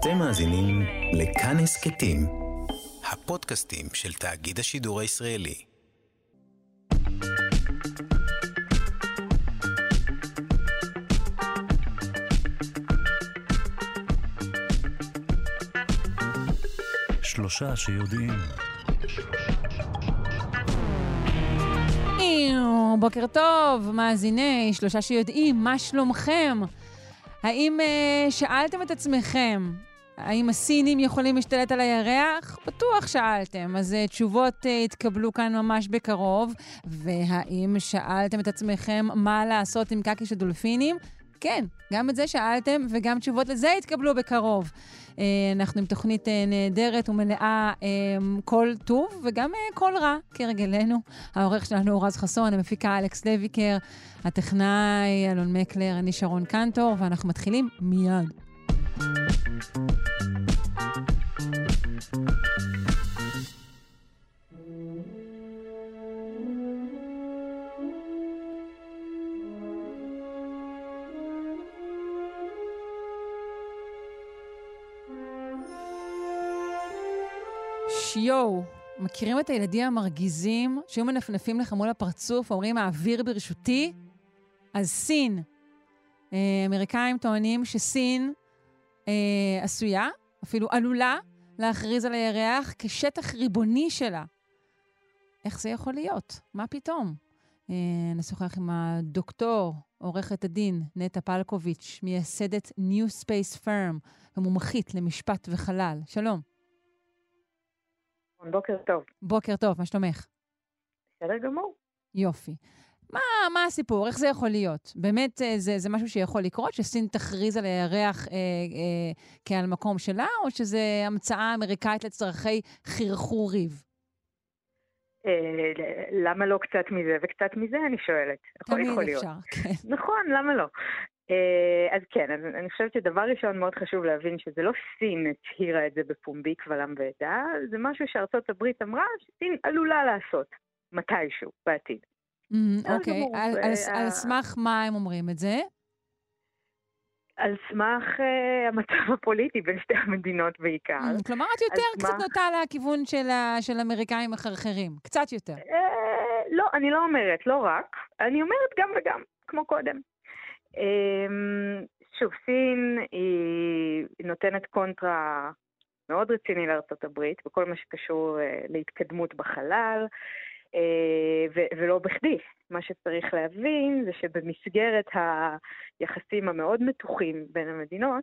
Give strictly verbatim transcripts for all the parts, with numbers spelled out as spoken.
אתם מאזינים לכאן הסכתים, הפודקאסטים של תאגיד השידור הישראלי. שלושה שיודעים. בוקר טוב, מאזיני שלושה שיודעים, מה שלומכם? האם uh, שאלתם את עצמכם, האם הסינים יכולים להשתלט על הירח? בטוח שאלתם, אז uh, תשובות uh, התקבלו כאן ממש בקרוב. והאם שאלתם את עצמכם מה לעשות עם קקי של דולפינים? כן, גם את זה שאלתם, וגם תשובות לזה התקבלו בקרוב. Uh, אנחנו עם תוכנית uh, נהדרת ומלאה uh, כל טוב, וגם uh, כל רע, כרגלנו. העורך שלנו הוא רז חסון, המפיקה אלכס לויקר, הטכנאי אלון מקלר, אני שרון קנטור, ואנחנו מתחילים מיד. יואו, מכירים את הילדים המרגיזים שהיו מנפנפים לך מול הפרצוף ואומרים האוויר ברשותי? אז סין. אה, אמריקאים טוענים שסין אה, עשויה, אפילו עלולה, להכריז על הירח כשטח ריבוני שלה. איך זה יכול להיות? מה פתאום? אה, נשוחח עם הדוקטור, עורכת הדין, נטע פלקוביץ', מייסדת New Space Firm, ומומחית למשפט וחלל. שלום. בוקר טוב. בוקר טוב, מה שלומך? בסדר גמור. יופי. מה, מה הסיפור? איך זה יכול להיות? באמת זה, זה משהו שיכול לקרות? שסין תכריז על הירח אה, אה, כעל מקום שלה, או שזה המצאה אמריקאית לצרכי חרחור ריב? אה, למה לא קצת מזה וקצת מזה, אני שואלת. תמיד אפשר, להיות. כן. נכון, למה לא? אז כן, אז אני חושבת שדבר ראשון מאוד חשוב להבין שזה לא סין הצהירה את זה בפומבי קבלם ועדה, זה משהו שארצות הברית אמרה שסין עלולה לעשות מתישהו בעתיד. אוקיי, על סמך מה הם אומרים את זה? על סמך המצב הפוליטי בין שתי המדינות בעיקר. כלומר, את יותר קצת נוטה לכיוון של אמריקאים אחרים, קצת יותר. לא, אני לא אומרת, לא רק, אני אומרת גם וגם, כמו קודם. שוב, סין היא נותנת קונטרה מאוד רציני לארצות הברית, בכל מה שקשור להתקדמות בחלל, ולא בכדי. מה שצריך להבין זה שבמסגרת היחסים המאוד מתוחים בין המדינות,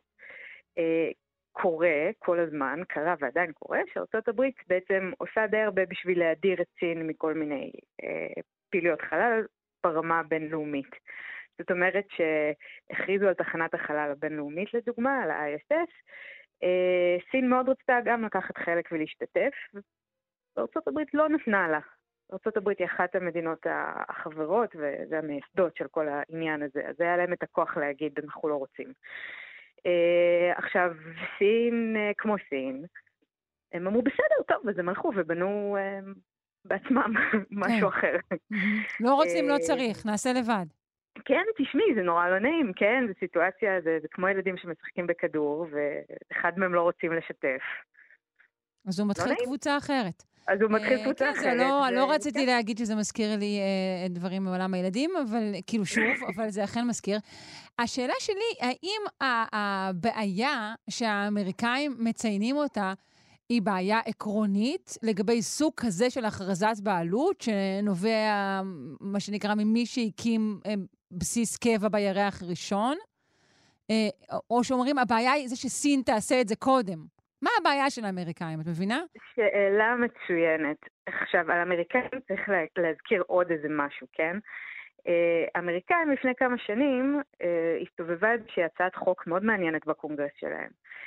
קורה כל הזמן, קרה ועדיין קורה, שארצות הברית בעצם עושה די הרבה בשביל להדיר את סין מכל מיני פעילויות חלל ברמה הבינלאומית. זאת אומרת שהכריזו על תחנת החלל הבינלאומית לדוגמה, על ה-איי אס אס, סין מאוד רצתה גם לקחת חלק ולהשתתף, וארצות הברית לא נתנה לה. ארצות הברית היא אחת המדינות החברות והמייסדות של כל העניין הזה, אז היה להם את הכוח להגיד, אנחנו לא רוצים. עכשיו, סין כמו סין, הם אמרו בסדר, טוב, אז הם הלכו ובנו בעצמם משהו אחר. לא רוצים, לא צריך, נעשה לבד. כן, תשמעי, זה נורא לא נעים, כן, זו סיטואציה, זה, זה כמו ילדים שמשחקים בכדור, ואחד מהם לא רוצים לשתף. אז הוא מתחיל לא קבוצה אחרת. אז הוא מתחיל אה, קבוצה כן, אחרת. לא, זה, לא רציתי כן. להגיד שזה מזכיר לי אה, דברים מעולם הילדים, אבל כאילו שוב, אבל זה אכן מזכיר. השאלה שלי, האם הבעיה שהאמריקאים מציינים אותה, היא בעיה עקרונית לגבי סוג כזה של הכרזת בעלות, שנובע, מה שנקרא, ממי שהקים בסיס קבע בירח ראשון, או שאומרים, הבעיה היא זה שסין תעשה את זה קודם. מה הבעיה של האמריקאים, את מבינה? שאלה מצוינת. עכשיו, על האמריקאים צריך להזכיר עוד איזה משהו, כן? האמריקאים לפני כמה שנים הסתובבה איזושהי הצעת חוק מאוד מעניינת בקונגרס שלהם.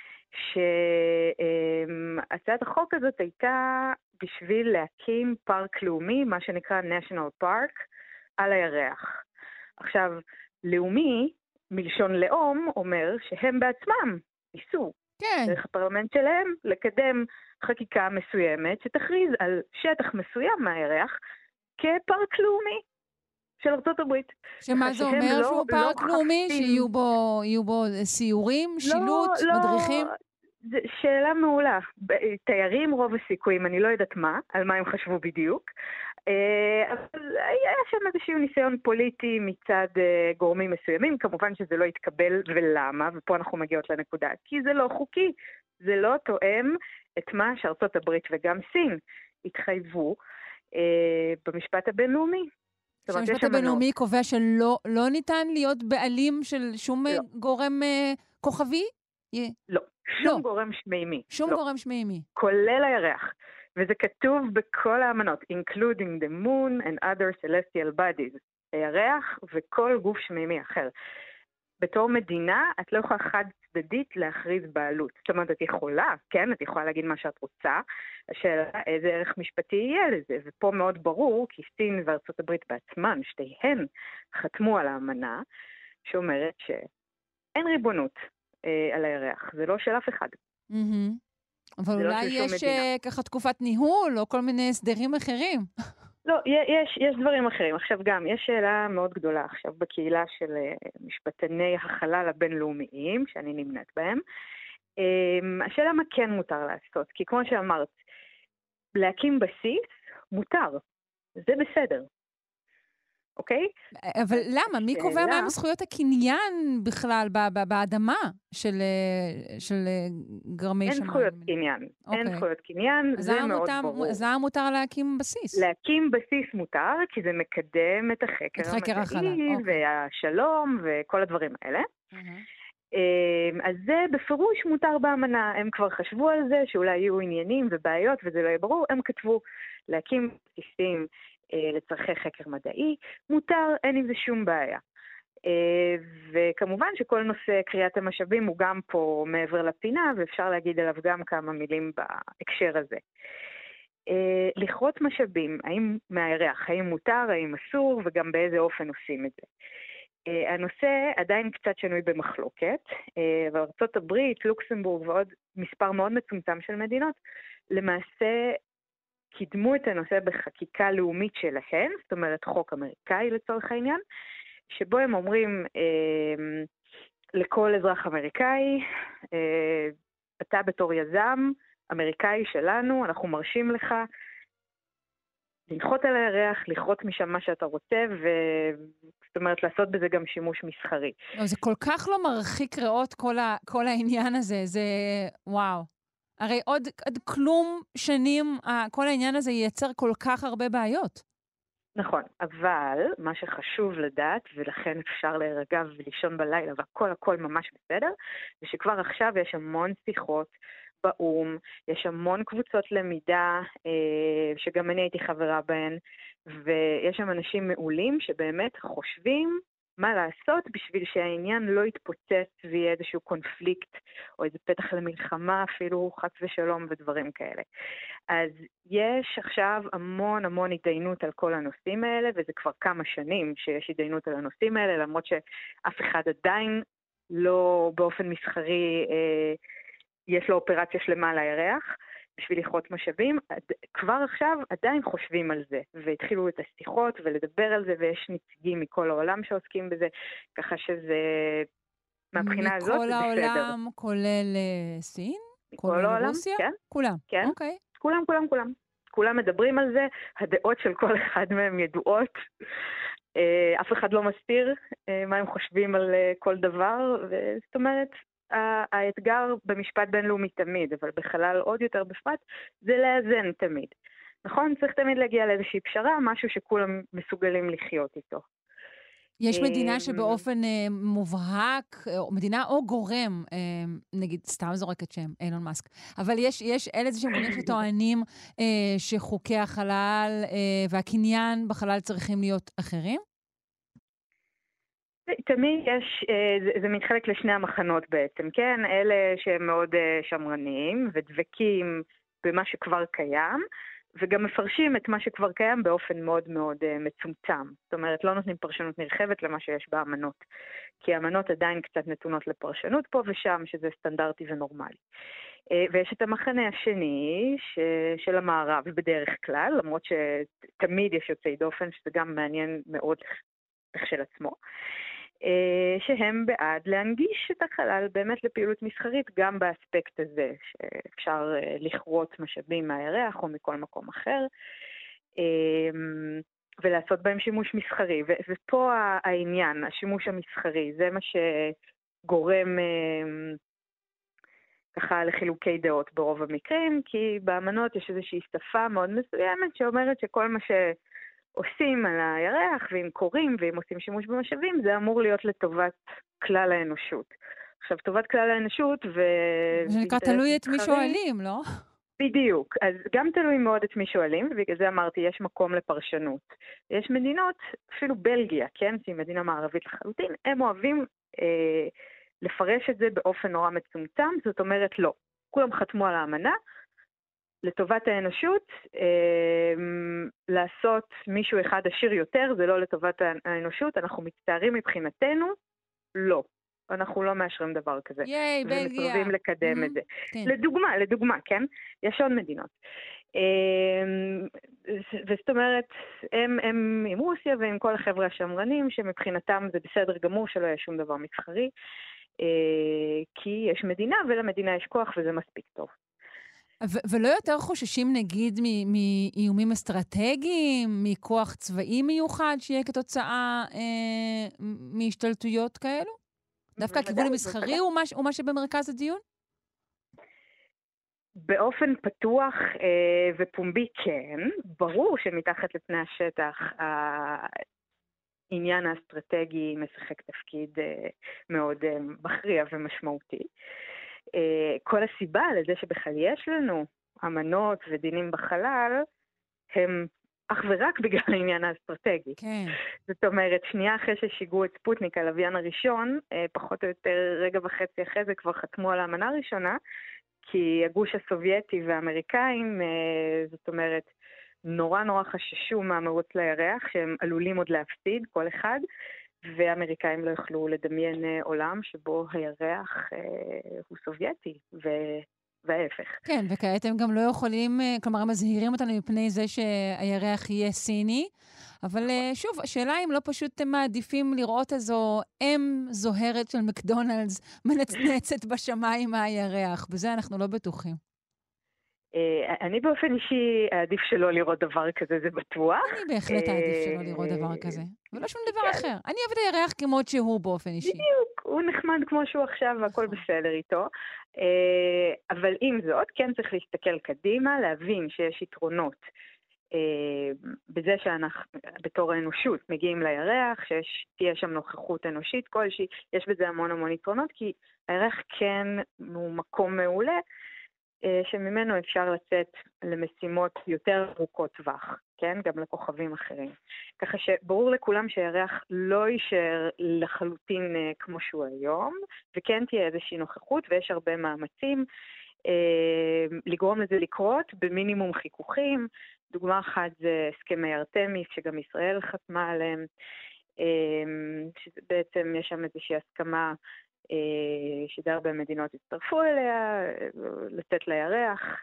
שהצעת החוק הזאת הייתה בשביל להקים פארק לאומי, מה שנקרא National Park, על הירח. עכשיו, לאומי, מלשון לאום, אומר שהם בעצמם ניסו, כן. דרך הפרלמנט שלהם, לקדם חקיקה מסוימת שתכריז על שטח מסוים מהירח כפארק לאומי של ארצות הברית. שמה זה אומר לא, שהוא פארק לא לאומי? חפים... שיהיו בו, יהיו בו סיורים, שילוט, לא, מדריכים? זו שאלה מעולה. תיירים רוב הסיכויים, אני לא יודעת מה, על מה הם חשבו בדיוק, אבל היה שם איזשהו ניסיון פוליטי מצד גורמים מסוימים, כמובן שזה לא יתקבל ולמה, ופה אנחנו מגיעות לנקודה, כי זה לא חוקי, זה לא תואם את מה שארצות הברית וגם סין התחייבו במשפט הבינלאומי. שהמשפט הבינלאומי קובע שלא לא ניתן להיות בעלים של שום לא. גורם כוכבי? לא, שום לא. גורם שמימי. שום לא. גורם שמימי. כולל הירח. וזה כתוב בכל האמנות, including the moon and other celestial bodies. הירח וכל גוף שמימי אחר. בתור מדינה, את לא יכולה חד צדדית להכריז בעלות. זאת אומרת, את יכולה, כן? את יכולה להגיד מה שאת רוצה. השאלה, איזה ערך משפטי יהיה לזה? ופה מאוד ברור, כי סין וארצות הברית בעצמן, שתיהן חתמו על האמנה, שאומרת שאין ריבונות אה, על הירח. זה לא של אף אחד. Mm-hmm. אבל אולי לא יש uh, ככה תקופת ניהול, או כל מיני הסדרים אחרים. לא, יש, יש דברים אחרים. עכשיו גם, יש שאלה מאוד גדולה עכשיו בקהילה של משפטני החלל הבינלאומיים, שאני נמנית בהם. השאלה מה כן מותר לעשות, כי כמו שאמרת, להקים בסיס מותר, זה בסדר. אוקיי? אבל למה? מי קובע מהם זכויות הקניין בכלל באדמה של גרמי שמיים? אין זכויות קניין. אין זכויות קניין, זה מאוד ברור. אז למה מותר להקים בסיס? להקים בסיס מותר, כי זה מקדם את החקר המדעי והשלום וכל הדברים האלה. אז זה בפירוש מותר באמנה. הם כבר חשבו על זה, שאולי יהיו עניינים ובעיות וזה לא יהיה ברור. הם כתבו להקים בסיסים לצרכי חקר מדעי, מותר, אין עם זה שום בעיה. וכמובן שכל נושא קריאת המשאבים הוא גם פה מעבר לפינה, ואפשר להגיד עליו גם כמה מילים בהקשר הזה. לכרות משאבים, האם מהירח, האם מותר, האם אסור, וגם באיזה אופן עושים את זה. הנושא עדיין קצת שנוי במחלוקת, וארצות הברית, לוקסמבורג ועוד מספר מאוד מצומצם של מדינות, למעשה קידמו את הנושא בחקיקה לאומית שלהן, זאת אומרת חוק אמריקאי לצורך העניין, שבו הם אומרים אה, לכל אזרח אמריקאי, אה, אתה בתור יזם אמריקאי שלנו, אנחנו מרשים לך לנחות על הירח, לכרות משם מה שאתה רוצה, וזאת אומרת לעשות בזה גם שימוש מסחרי. לא, זה כל כך לא מרחיק ראות כל, ה, כל העניין הזה, זה וואו. הרי עוד, עוד כלום שנים, כל העניין הזה ייצר כל כך הרבה בעיות. נכון, אבל מה שחשוב לדעת, ולכן אפשר להירגע ולישון בלילה, והכל הכל ממש בסדר, זה שכבר עכשיו יש המון שיחות באום, יש המון קבוצות למידה, שגם אני הייתי חברה בהן, ויש שם אנשים מעולים שבאמת חושבים, מה לעשות בשביל שהעניין לא יתפוצץ ויהיה איזשהו קונפליקט או איזה פתח למלחמה, אפילו חס ושלום ודברים כאלה. אז יש עכשיו המון המון התדיינות על כל הנושאים האלה, וזה כבר כמה שנים שיש התדיינות על הנושאים האלה, למרות שאף אחד עדיין לא באופן מסחרי אה, יש לו אופרציה שלמה על הירח, בשביל לכרות משאבים, כבר עכשיו עדיין חושבים על זה, והתחילו את השיחות ולדבר על זה, ויש נציגים מכל העולם שעוסקים בזה, ככה שזה, מהבחינה הזאת זה בסדר. מכל העולם, כולל סין? מכל העולם, כן. כולם? כן. אוקיי. כולם, כולם, כולם. כולם מדברים על זה, הדעות של כל אחד מהם ידועות, אף אחד לא מסתיר מה הם חושבים על כל דבר, וזאת אומרת, האתגר במשפט בינלאומי תמיד, אבל בחלל עוד יותר בפרט, זה לאזן תמיד. נכון? צריך תמיד להגיע לאיזושהי פשרה, משהו שכולם מסוגלים לחיות איתו. יש מדינה שבאופן מובהק, מדינה או גורם, נגיד, סתם זורקת שם, אילון מאסק, אבל יש, יש איזשהם גורמים שטוענים שחוקי החלל והקניין בחלל צריכים להיות אחרים? תמיד יש, זה, זה מתחלק לשני המחנות בעצם, כן? אלה שהם מאוד שמרניים ודבקים במה שכבר קיים, וגם מפרשים את מה שכבר קיים באופן מאוד מאוד מצומצם. זאת אומרת, לא נותנים פרשנות נרחבת למה שיש באמנות, כי האמנות עדיין קצת נתונות לפרשנות פה ושם, שזה סטנדרטי ונורמלי. ויש את המחנה השני ש... של המערב בדרך כלל, למרות שתמיד יש יוצאי דופן, שזה גם מעניין מאוד כשלעצמו. שהם בעד להנגיש את החלל באמת לפעילות מסחרית, גם באספקט הזה, שאפשר לכרות משאבים מהירח או מכל מקום אחר, ולעשות בהם שימוש מסחרי. ופה העניין, השימוש המסחרי, זה מה שגורם ככה לחילוקי דעות ברוב המקרים, כי באמנות יש איזושהי שפה מאוד מסוימת שאומרת שכל מה שעושים על הירח, ואם קוראים ואם עושים שימוש במשאבים, זה אמור להיות לטובת כלל האנושות. עכשיו, טובת כלל האנושות ו... זה נקרא תלוי את מי שואלים, לא? בדיוק. אז גם תלוי מאוד את מי שואלים, ובגלל זה אמרתי, יש מקום לפרשנות. יש מדינות, אפילו בלגיה, כן? שהיא מדינה מערבית לחלוטין, הם אוהבים אה, לפרש את זה באופן נורא מצומצם, זאת אומרת, לא. כולם חתמו על האמנה, לטובת האנושות, אה, לעשות מישהו אחד עשיר יותר, זה לא לטובת האנושות, אנחנו מצטערים מבחינתנו, לא. אנחנו לא מאשרים דבר כזה. ייי, בלגיה. ומסרבים לקדם mm-hmm. את זה. כן. לדוגמה, לדוגמה, כן? יש עוד מדינות. וזאת אומרת, הם, הם עם רוסיה ועם כל החבר'ה השמרנים, שמבחינתם זה בסדר גמור שלא יהיה שום דבר מסחרי, כי יש מדינה ולמדינה יש כוח וזה מספיק טוב. ו- ולא יותר חוששים נגיד מ- מאיומים אסטרטגיים, מכוח צבאי מיוחד שיהיה כתוצאה אה, מהשתלטויות כאלו? דווקא הכיוון המסחרי הוא מה, הוא מה שבמרכז הדיון? באופן פתוח אה, ופומבי כן, ברור שמתחת לפני השטח העניין האסטרטגי משחק תפקיד אה, מאוד אה, מכריע ומשמעותי. אה, כל הסיבה לזה שבכלל יש לנו אמנות ודינים בחלל הם אך ורק בגלל העניין האסטרטגי. כן. זאת אומרת, שנייה אחרי ששיגעו את ספוטניק, הלוויין הראשון, פחות או יותר רגע וחצי אחרי זה כבר חתמו על האמנה הראשונה, כי הגוש הסובייטי והאמריקאים, זאת אומרת, נורא נורא חששו מהמרוץ לירח, שהם עלולים עוד להפסיד, כל אחד, והאמריקאים לא יכלו לדמיין עולם שבו הירח הוא סובייטי, ו... וההפך. כן, וכעת הם גם לא יכולים, כלומר, הם מזהירים אותנו מפני זה שהירח יהיה סיני, אבל שוב, השאלה אם לא פשוט הם מעדיפים לראות איזו אם זוהרת של מקדונלדס מנצנצת בשמיים מהירח, בזה אנחנו לא בטוחים. אני באופן אישי עדיף שלא לראות דבר כזה, זה בטוח. אני בהחלט עדיף שלא לראות דבר כזה, ולא שום דבר אחר. אני אוהבת הירח כמות שהוא באופן אישי. בדיוק, הוא נחמד כמו שהוא עכשיו והכל בסדר איתו. אבל עם זאת, כן צריך להסתכל קדימה, להבין שיש יתרונות בזה שאנחנו בתור האנושות מגיעים לירח, שתהיה שם נוכחות אנושית כלשהי, יש בזה המון המון יתרונות, כי הירח כן הוא מקום מעולה, שממנו אפשר לצאת למשימות יותר ארוכות טווח, כן? גם לכוכבים אחרים. ככה שברור לכולם שהירח לא יישאר לחלוטין כמו שהוא היום, וכן תהיה איזושהי נוכחות, ויש הרבה מאמצים אה, לגרום לזה לקרות במינימום חיכוכים. דוגמה אחת זה הסכמי ארטמיס, שגם ישראל חתמה עליהם, אה, שבעצם יש שם איזושהי הסכמה שדי הרבה מדינות הצטרפו אליה, לצאת לירח,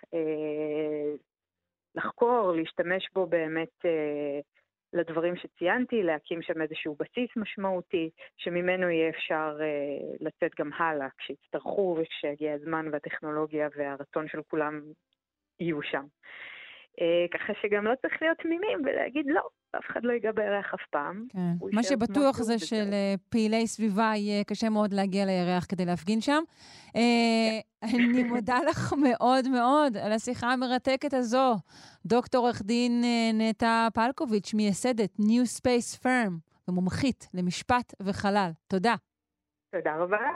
לחקור, להשתמש בו באמת לדברים שציינתי, להקים שם איזשהו בסיס משמעותי, שממנו יהיה אפשר לצאת גם הלאה, כשיצטרכו וכשיגיע הזמן והטכנולוגיה והרצון של כולם יהיו שם. ככה שגם לא צריך להיות תמימים ולהגיד לא, אף אחד לא ייגע בירח אף פעם. כן. מה שבטוח זה שלפעילי סביבה יהיה קשה מאוד להגיע לירח כדי להפגין שם. אני מודה לך מאוד מאוד על השיחה המרתקת הזו. דוקטור עורך דין נטע פלקוביץ', מייסדת New Space Firm, ומומחית למשפט וחלל. תודה. תודה רבה לך.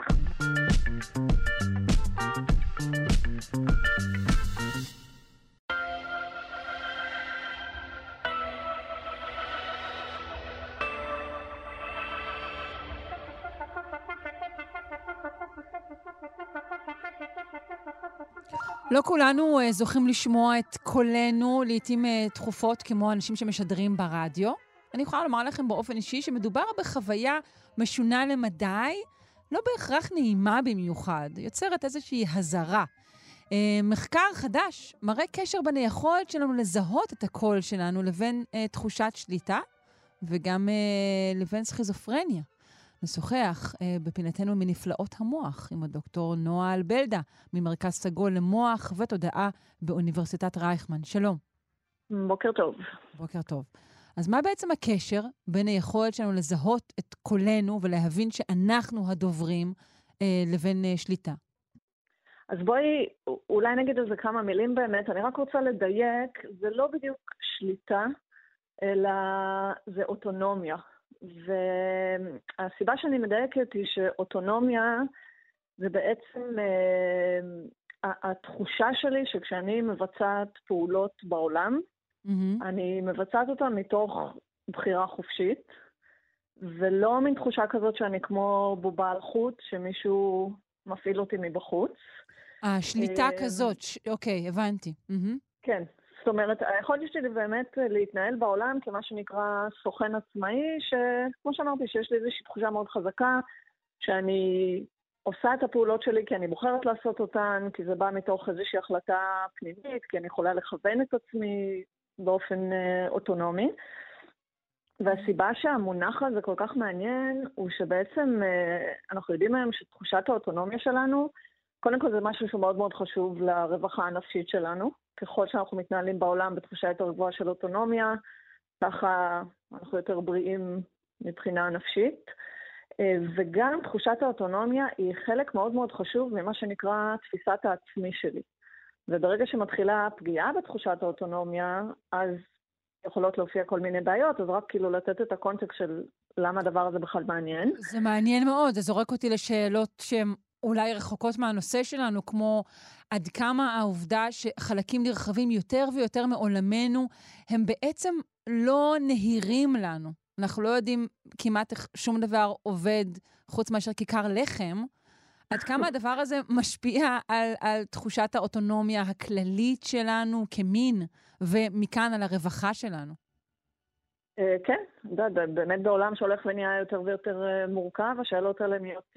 לא כולנו uh, זוכים לשמוע את קולנו לעתים uh, תכופות כמו אנשים שמשדרים ברדיו. אני יכולה לומר לכם באופן אישי שמדובר בחוויה משונה למדי, לא בהכרח נעימה במיוחד, יוצרת איזושהי הזרה. Uh, מחקר חדש מראה קשר בין היכולת שלנו לזהות את הקול שלנו לבין uh, תחושת שליטה, וגם uh, לבין סכיזופרניה. נשוחח אה, בפינתנו מנפלאות המוח עם הדוקטור נועה אלבלדה, ממרכז סגול למוח ותודעה באוניברסיטת רייכמן. שלום. בוקר טוב. בוקר טוב. אז מה בעצם הקשר בין היכולת שלנו לזהות את קולנו ולהבין שאנחנו הדוברים אה, לבין אה, שליטה? אז בואי, אולי נגיד על זה כמה מילים באמת. אני רק רוצה לדייק, זה לא בדיוק שליטה, אלא זה אוטונומיה. והסיבה שאני מדייקת היא שאוטונומיה זה בעצם אה, התחושה שלי שכשאני מבצעת פעולות בעולם, mm-hmm. אני מבצעת אותה מתוך בחירה חופשית, ולא מן תחושה כזאת שאני כמו בובה על חוט, שמישהו מפעיל אותי מבחוץ. השליטה כזאת, אוקיי, הבנתי. כן, זאת אומרת, היכולת שלי באמת להתנהל בעולם כמה שנקרא סוכן עצמאי, שכמו שאמרתי, שיש לי איזושהי תחושה מאוד חזקה, שאני עושה את הפעולות שלי כי אני בוחרת לעשות אותן, כי זה בא מתוך איזושהי החלטה פנימית, כי אני יכולה לכוון את עצמי באופן אוטונומי. והסיבה שהמונח הזה כל כך מעניין, הוא שבעצם אנחנו יודעים היום שתחושת האוטונומיה שלנו, קודם כל זה משהו שהוא מאוד מאוד חשוב לרווחה הנפשית שלנו. ככל שאנחנו מתנהלים בעולם בתחושה יותר גבוהה של אוטונומיה, ככה אנחנו יותר בריאים מבחינה נפשית. וגם תחושת האוטונומיה היא חלק מאוד מאוד חשוב ממה שנקרא תפיסת העצמי שלי. וברגע שמתחילה פגיעה בתחושת האוטונומיה, אז יכולות להופיע כל מיני בעיות, אז רק כאילו לתת את הקונטקסט של למה הדבר הזה בכלל מעניין. זה מעניין מאוד, זה זורק אותי לשאלות שהן אולי רחוקות מהנושא שלנו, כמו עד כמה העובדה שחלקים נרחבים יותר ויותר מעולמנו, הם בעצם לא נהירים לנו. אנחנו לא יודעים כמעט שום דבר עובד חוץ מאשר כיכר לחם. עד כמה הדבר הזה משפיע על, על תחושת האוטונומיה הכללית שלנו כמין, ומכאן על הרווחה שלנו? כן, באמת בעולם שהולך ונהיה יותר ויותר מורכב, השאלות האלה נהיות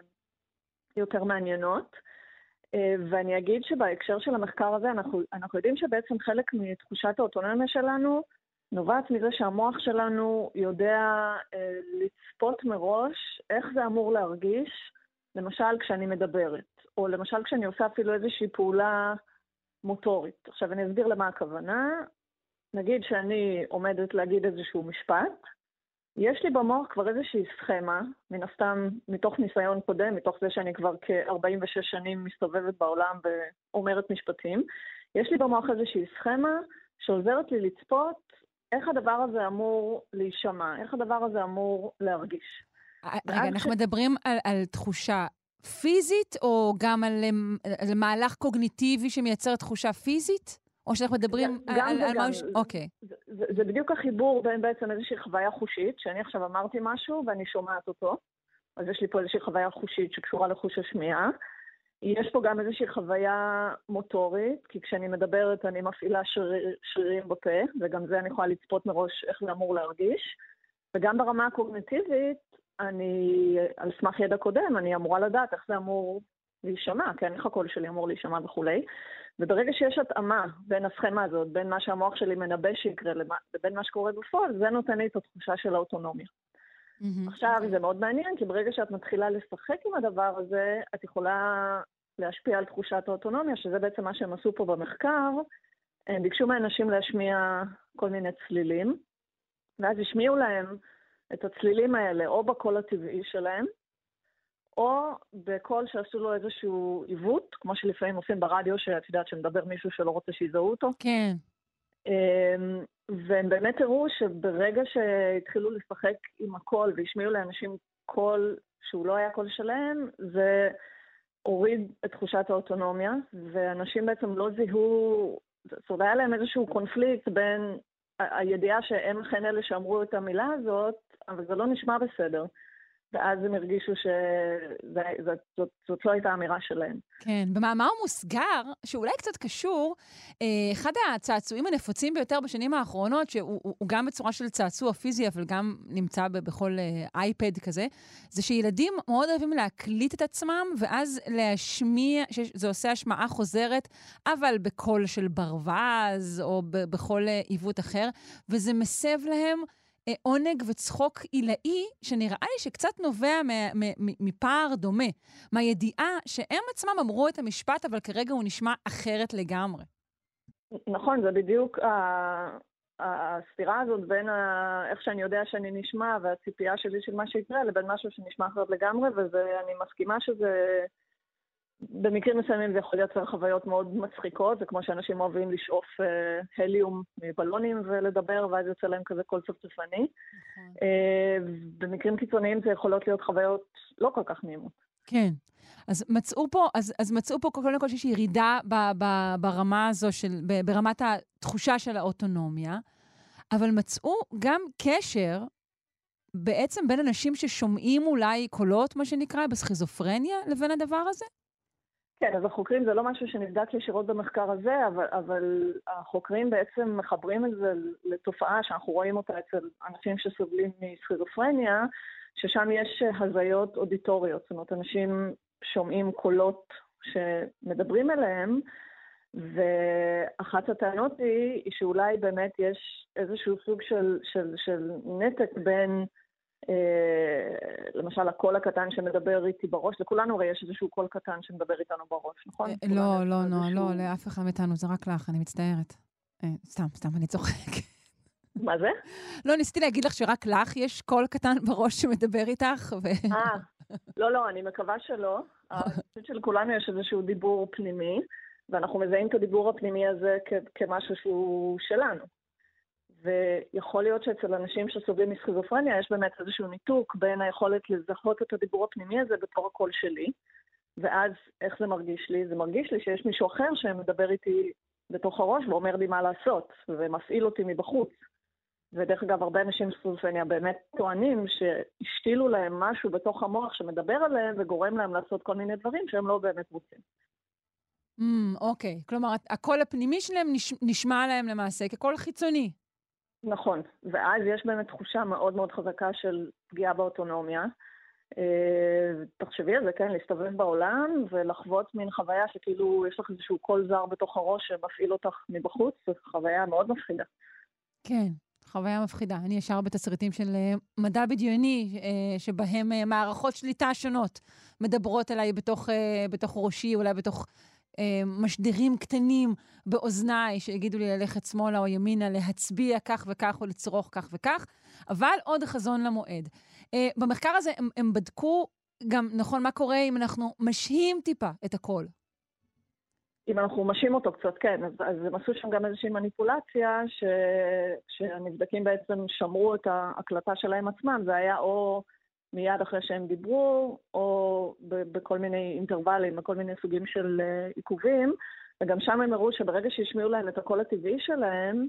יותר מעניינות. ואני אגיד שבהקשר של המחקר הזה, אנחנו, אנחנו יודעים שבעצם חלק מתחושת האוטונומיה שלנו, נובעת מזה שהמוח שלנו יודע אה, לצפות מראש איך זה אמור להרגיש, למשל כשאני מדברת, או למשל כשאני עושה אפילו איזושהי פעולה מוטורית. עכשיו אני אסביר למה הכוונה. נגיד שאני עומדת להגיד איזשהו משפט, יש לי במוח כבר איזושהי סכמה, מן הסתם מתוך ניסיון קודם, מתוך זה שאני כבר כ-ארבעים ושש שנים מסתובבת בעולם ואומרת משפטים, יש לי במוח איזושהי סכמה שעוזרת לי לצפות איך הדבר הזה אמור להישמע, איך הדבר הזה אמור להרגיש. רגע, אנחנו מדברים על, על תחושה פיזית, או גם על, על מהלך קוגניטיבי שמייצר תחושה פיזית? או שאנחנו מדברים גם על, זה על גם. משהו... אוקיי. זה, זה, זה בדיוק החיבור בין בעצם איזושהי חוויה חושית, שאני עכשיו אמרתי משהו ואני שומעת אותו, אז יש לי פה איזושהי חוויה חושית שקשורה לחוש השמיעה. יש פה גם איזושהי חוויה מוטורית, כי כשאני מדברת אני מפעילה שריר, שרירים בפה, וגם זה אני יכולה לצפות מראש איך זה אמור להרגיש. וגם ברמה הקוגניטיבית, אני, על סמך ידע קודם, אני אמורה לדעת איך זה אמור להישמע, כן, איך הקול שלי אמור להישמע וכולי. וברגע שיש התאמה בין הסכמה הזאת, בין מה שהמוח שלי מנבא שיקרה לבין מה שקורה בפועל, זה נותן לי את התחושה של האוטונומיה. Mm-hmm. עכשיו, okay. זה מאוד מעניין, כי ברגע שאת מתחילה לשחק עם הדבר הזה, את יכולה להשפיע על תחושת האוטונומיה, שזה בעצם מה שהם עשו פה במחקר. הם ביקשו מהאנשים להשמיע כל מיני צלילים, ואז השמיעו להם את הצלילים האלה, או בקול הטבעי שלהם, או בקול שעשו לו איזשהו עיוות, כמו שלפעמים עושים ברדיו, שאת יודעת שמדבר מישהו שלא רוצה שיזהו אותו. כן. והם באמת הראו שברגע שהתחילו לשחק עם הקול והשמיעו לאנשים קול שהוא לא היה קול שלהם, זה הוריד את תחושת האוטונומיה, ואנשים בעצם לא זיהו, זאת אומרת, היה להם איזשהו קונפליקט בין הידיעה שהם אכן אלה שאמרו את המילה הזאת, אבל זה לא נשמע בסדר. ואז הם הרגישו שזאת לא הייתה האמירה שלהם. כן, במאמר מוסגר, שאולי קצת קשור, אחד הצעצועים הנפוצים ביותר בשנים האחרונות, שהוא גם בצורה של צעצוע פיזי, אבל גם נמצא בכל אייפד כזה, זה שילדים מאוד אוהבים להקליט את עצמם, ואז להשמיע, זה עושה השמעה חוזרת, אבל בקול של ברווז, או בכל עיוות אחר, וזה מסב להם אה, עונג וצחוק עילאי, שנראה לי שקצת נובע מ- מ- מ- מפער דומה, מהידיעה שהם עצמם אמרו את המשפט, אבל כרגע הוא נשמע אחרת לגמרי. נכון, זה בדיוק ה- הסתירה הזאת בין ה- איך שאני יודע שאני נשמע והציפייה שלי של מה שיקרה, לבין משהו שנשמע אחרת לגמרי, ואני מסכימה שזה... במקרים מסוימים זה יכול לייצר חוויות מאוד מצחיקות, זה כמו שאנשים אוהבים לשאוף אה, הליום מבלונים ולדבר, ואז יוצא להם כזה קול צפצפני. נכון. אה, במקרים קיצוניים זה יכולות להיות חוויות לא כל כך נעימות. כן. אז מצאו פה, אז, אז מצאו פה קודם כל שיש ירידה ב, ב, ברמה הזו של, ב, ברמת התחושה של האוטונומיה, אבל מצאו גם קשר בעצם בין אנשים ששומעים אולי קולות, מה שנקרא, בסכיזופרניה, לבין הדבר הזה? כן, אז החוקרים זה לא משהו שנבדק ישירות במחקר הזה, אבל, אבל החוקרים בעצם מחברים את זה לתופעה שאנחנו רואים אותה אצל אנשים שסובלים מסכיזופרניה, ששם יש הזיות אודיטוריות, זאת אומרת, אנשים שומעים קולות שמדברים אליהם, ואחת הטענות היא, היא שאולי באמת יש איזשהו סוג של, של, של נתק בין, אה, למשל, הקול הקטן שמדבר איתי בראש, לכולנו הרי יש איזשהו קול קטן שמדבר איתנו בראש, נכון? לא, לא, לא, לא, לאף אחד מאיתנו, זה רק לך, אני מצטערת. סתם, סתם, אני צוחקת. מה זה? לא, ניסיתי להגיד לך שרק לך יש קול קטן בראש שמדבר איתך. אה, לא, לא, אני מקווה שלא. אני חושבת שלכולנו יש איזשהו דיבור פנימי, ואנחנו מזהים את הדיבור הפנימי הזה כמשהו שהוא שלנו. ויכול להיות שאצל אנשים שסובלים מסכיזופרניה יש באמת איזשהו ניתוק בין היכולת לזהות את הדיבור הפנימי הזה בתור הקול שלי, ואז איך זה מרגיש לי? זה מרגיש לי שיש מישהו אחר שמדבר איתי בתוך הראש ואומר לי מה לעשות, ומפעיל אותי מבחוץ. ודרך אגב, הרבה אנשים סכיזופרניה באמת טוענים שהשתילו להם משהו בתוך המוח שמדבר עליהם וגורם להם לעשות כל מיני דברים שהם לא באמת רוצים. אוקיי, כלומר, הקול הפנימי שלהם נשמע להם למעשה כקול חיצוני. נכון, ואז יש באמת תחושה מאוד מאוד חזקה של פגיעה באוטונומיה. תחשבי על זה, כן, להסתובב בעולם ולחוות מין חוויה שכאילו יש לך איזשהו קול זר בתוך הראש שמפעיל אותך מבחוץ, זו חוויה מאוד מפחידה. כן. חוויה מפחידה. אני ישר בתסריטים של מדע בדיוני, שבהם מערכות שליטה שונות מדברות עליי בתוך, בתוך ראשי, אולי בתוך משדרים קטנים באוזניי, שיגידו לי ללכת שמאלה או ימינה, להצביע כך וכך או לצרוך כך וכך, אבל עוד חזון למועד. במחקר הזה הם, הם בדקו גם, נכון, מה קורה אם אנחנו משהים טיפה את הכל? אם אנחנו משים אותו קצת, כן, אז, אז הם עשו שם גם איזושהי מניפולציה, ש, שהנבדקים בעצם שמרו את ההקלטה שלהם עצמם, זה היה או מיד אחרי שהם דיברו, או ב, בכל מיני אינטרוולים, בכל מיני סוגים של uh, עיכובים, וגם שם הם הראו שברגע שהשמיעו להם את הקול הטבעי שלהם,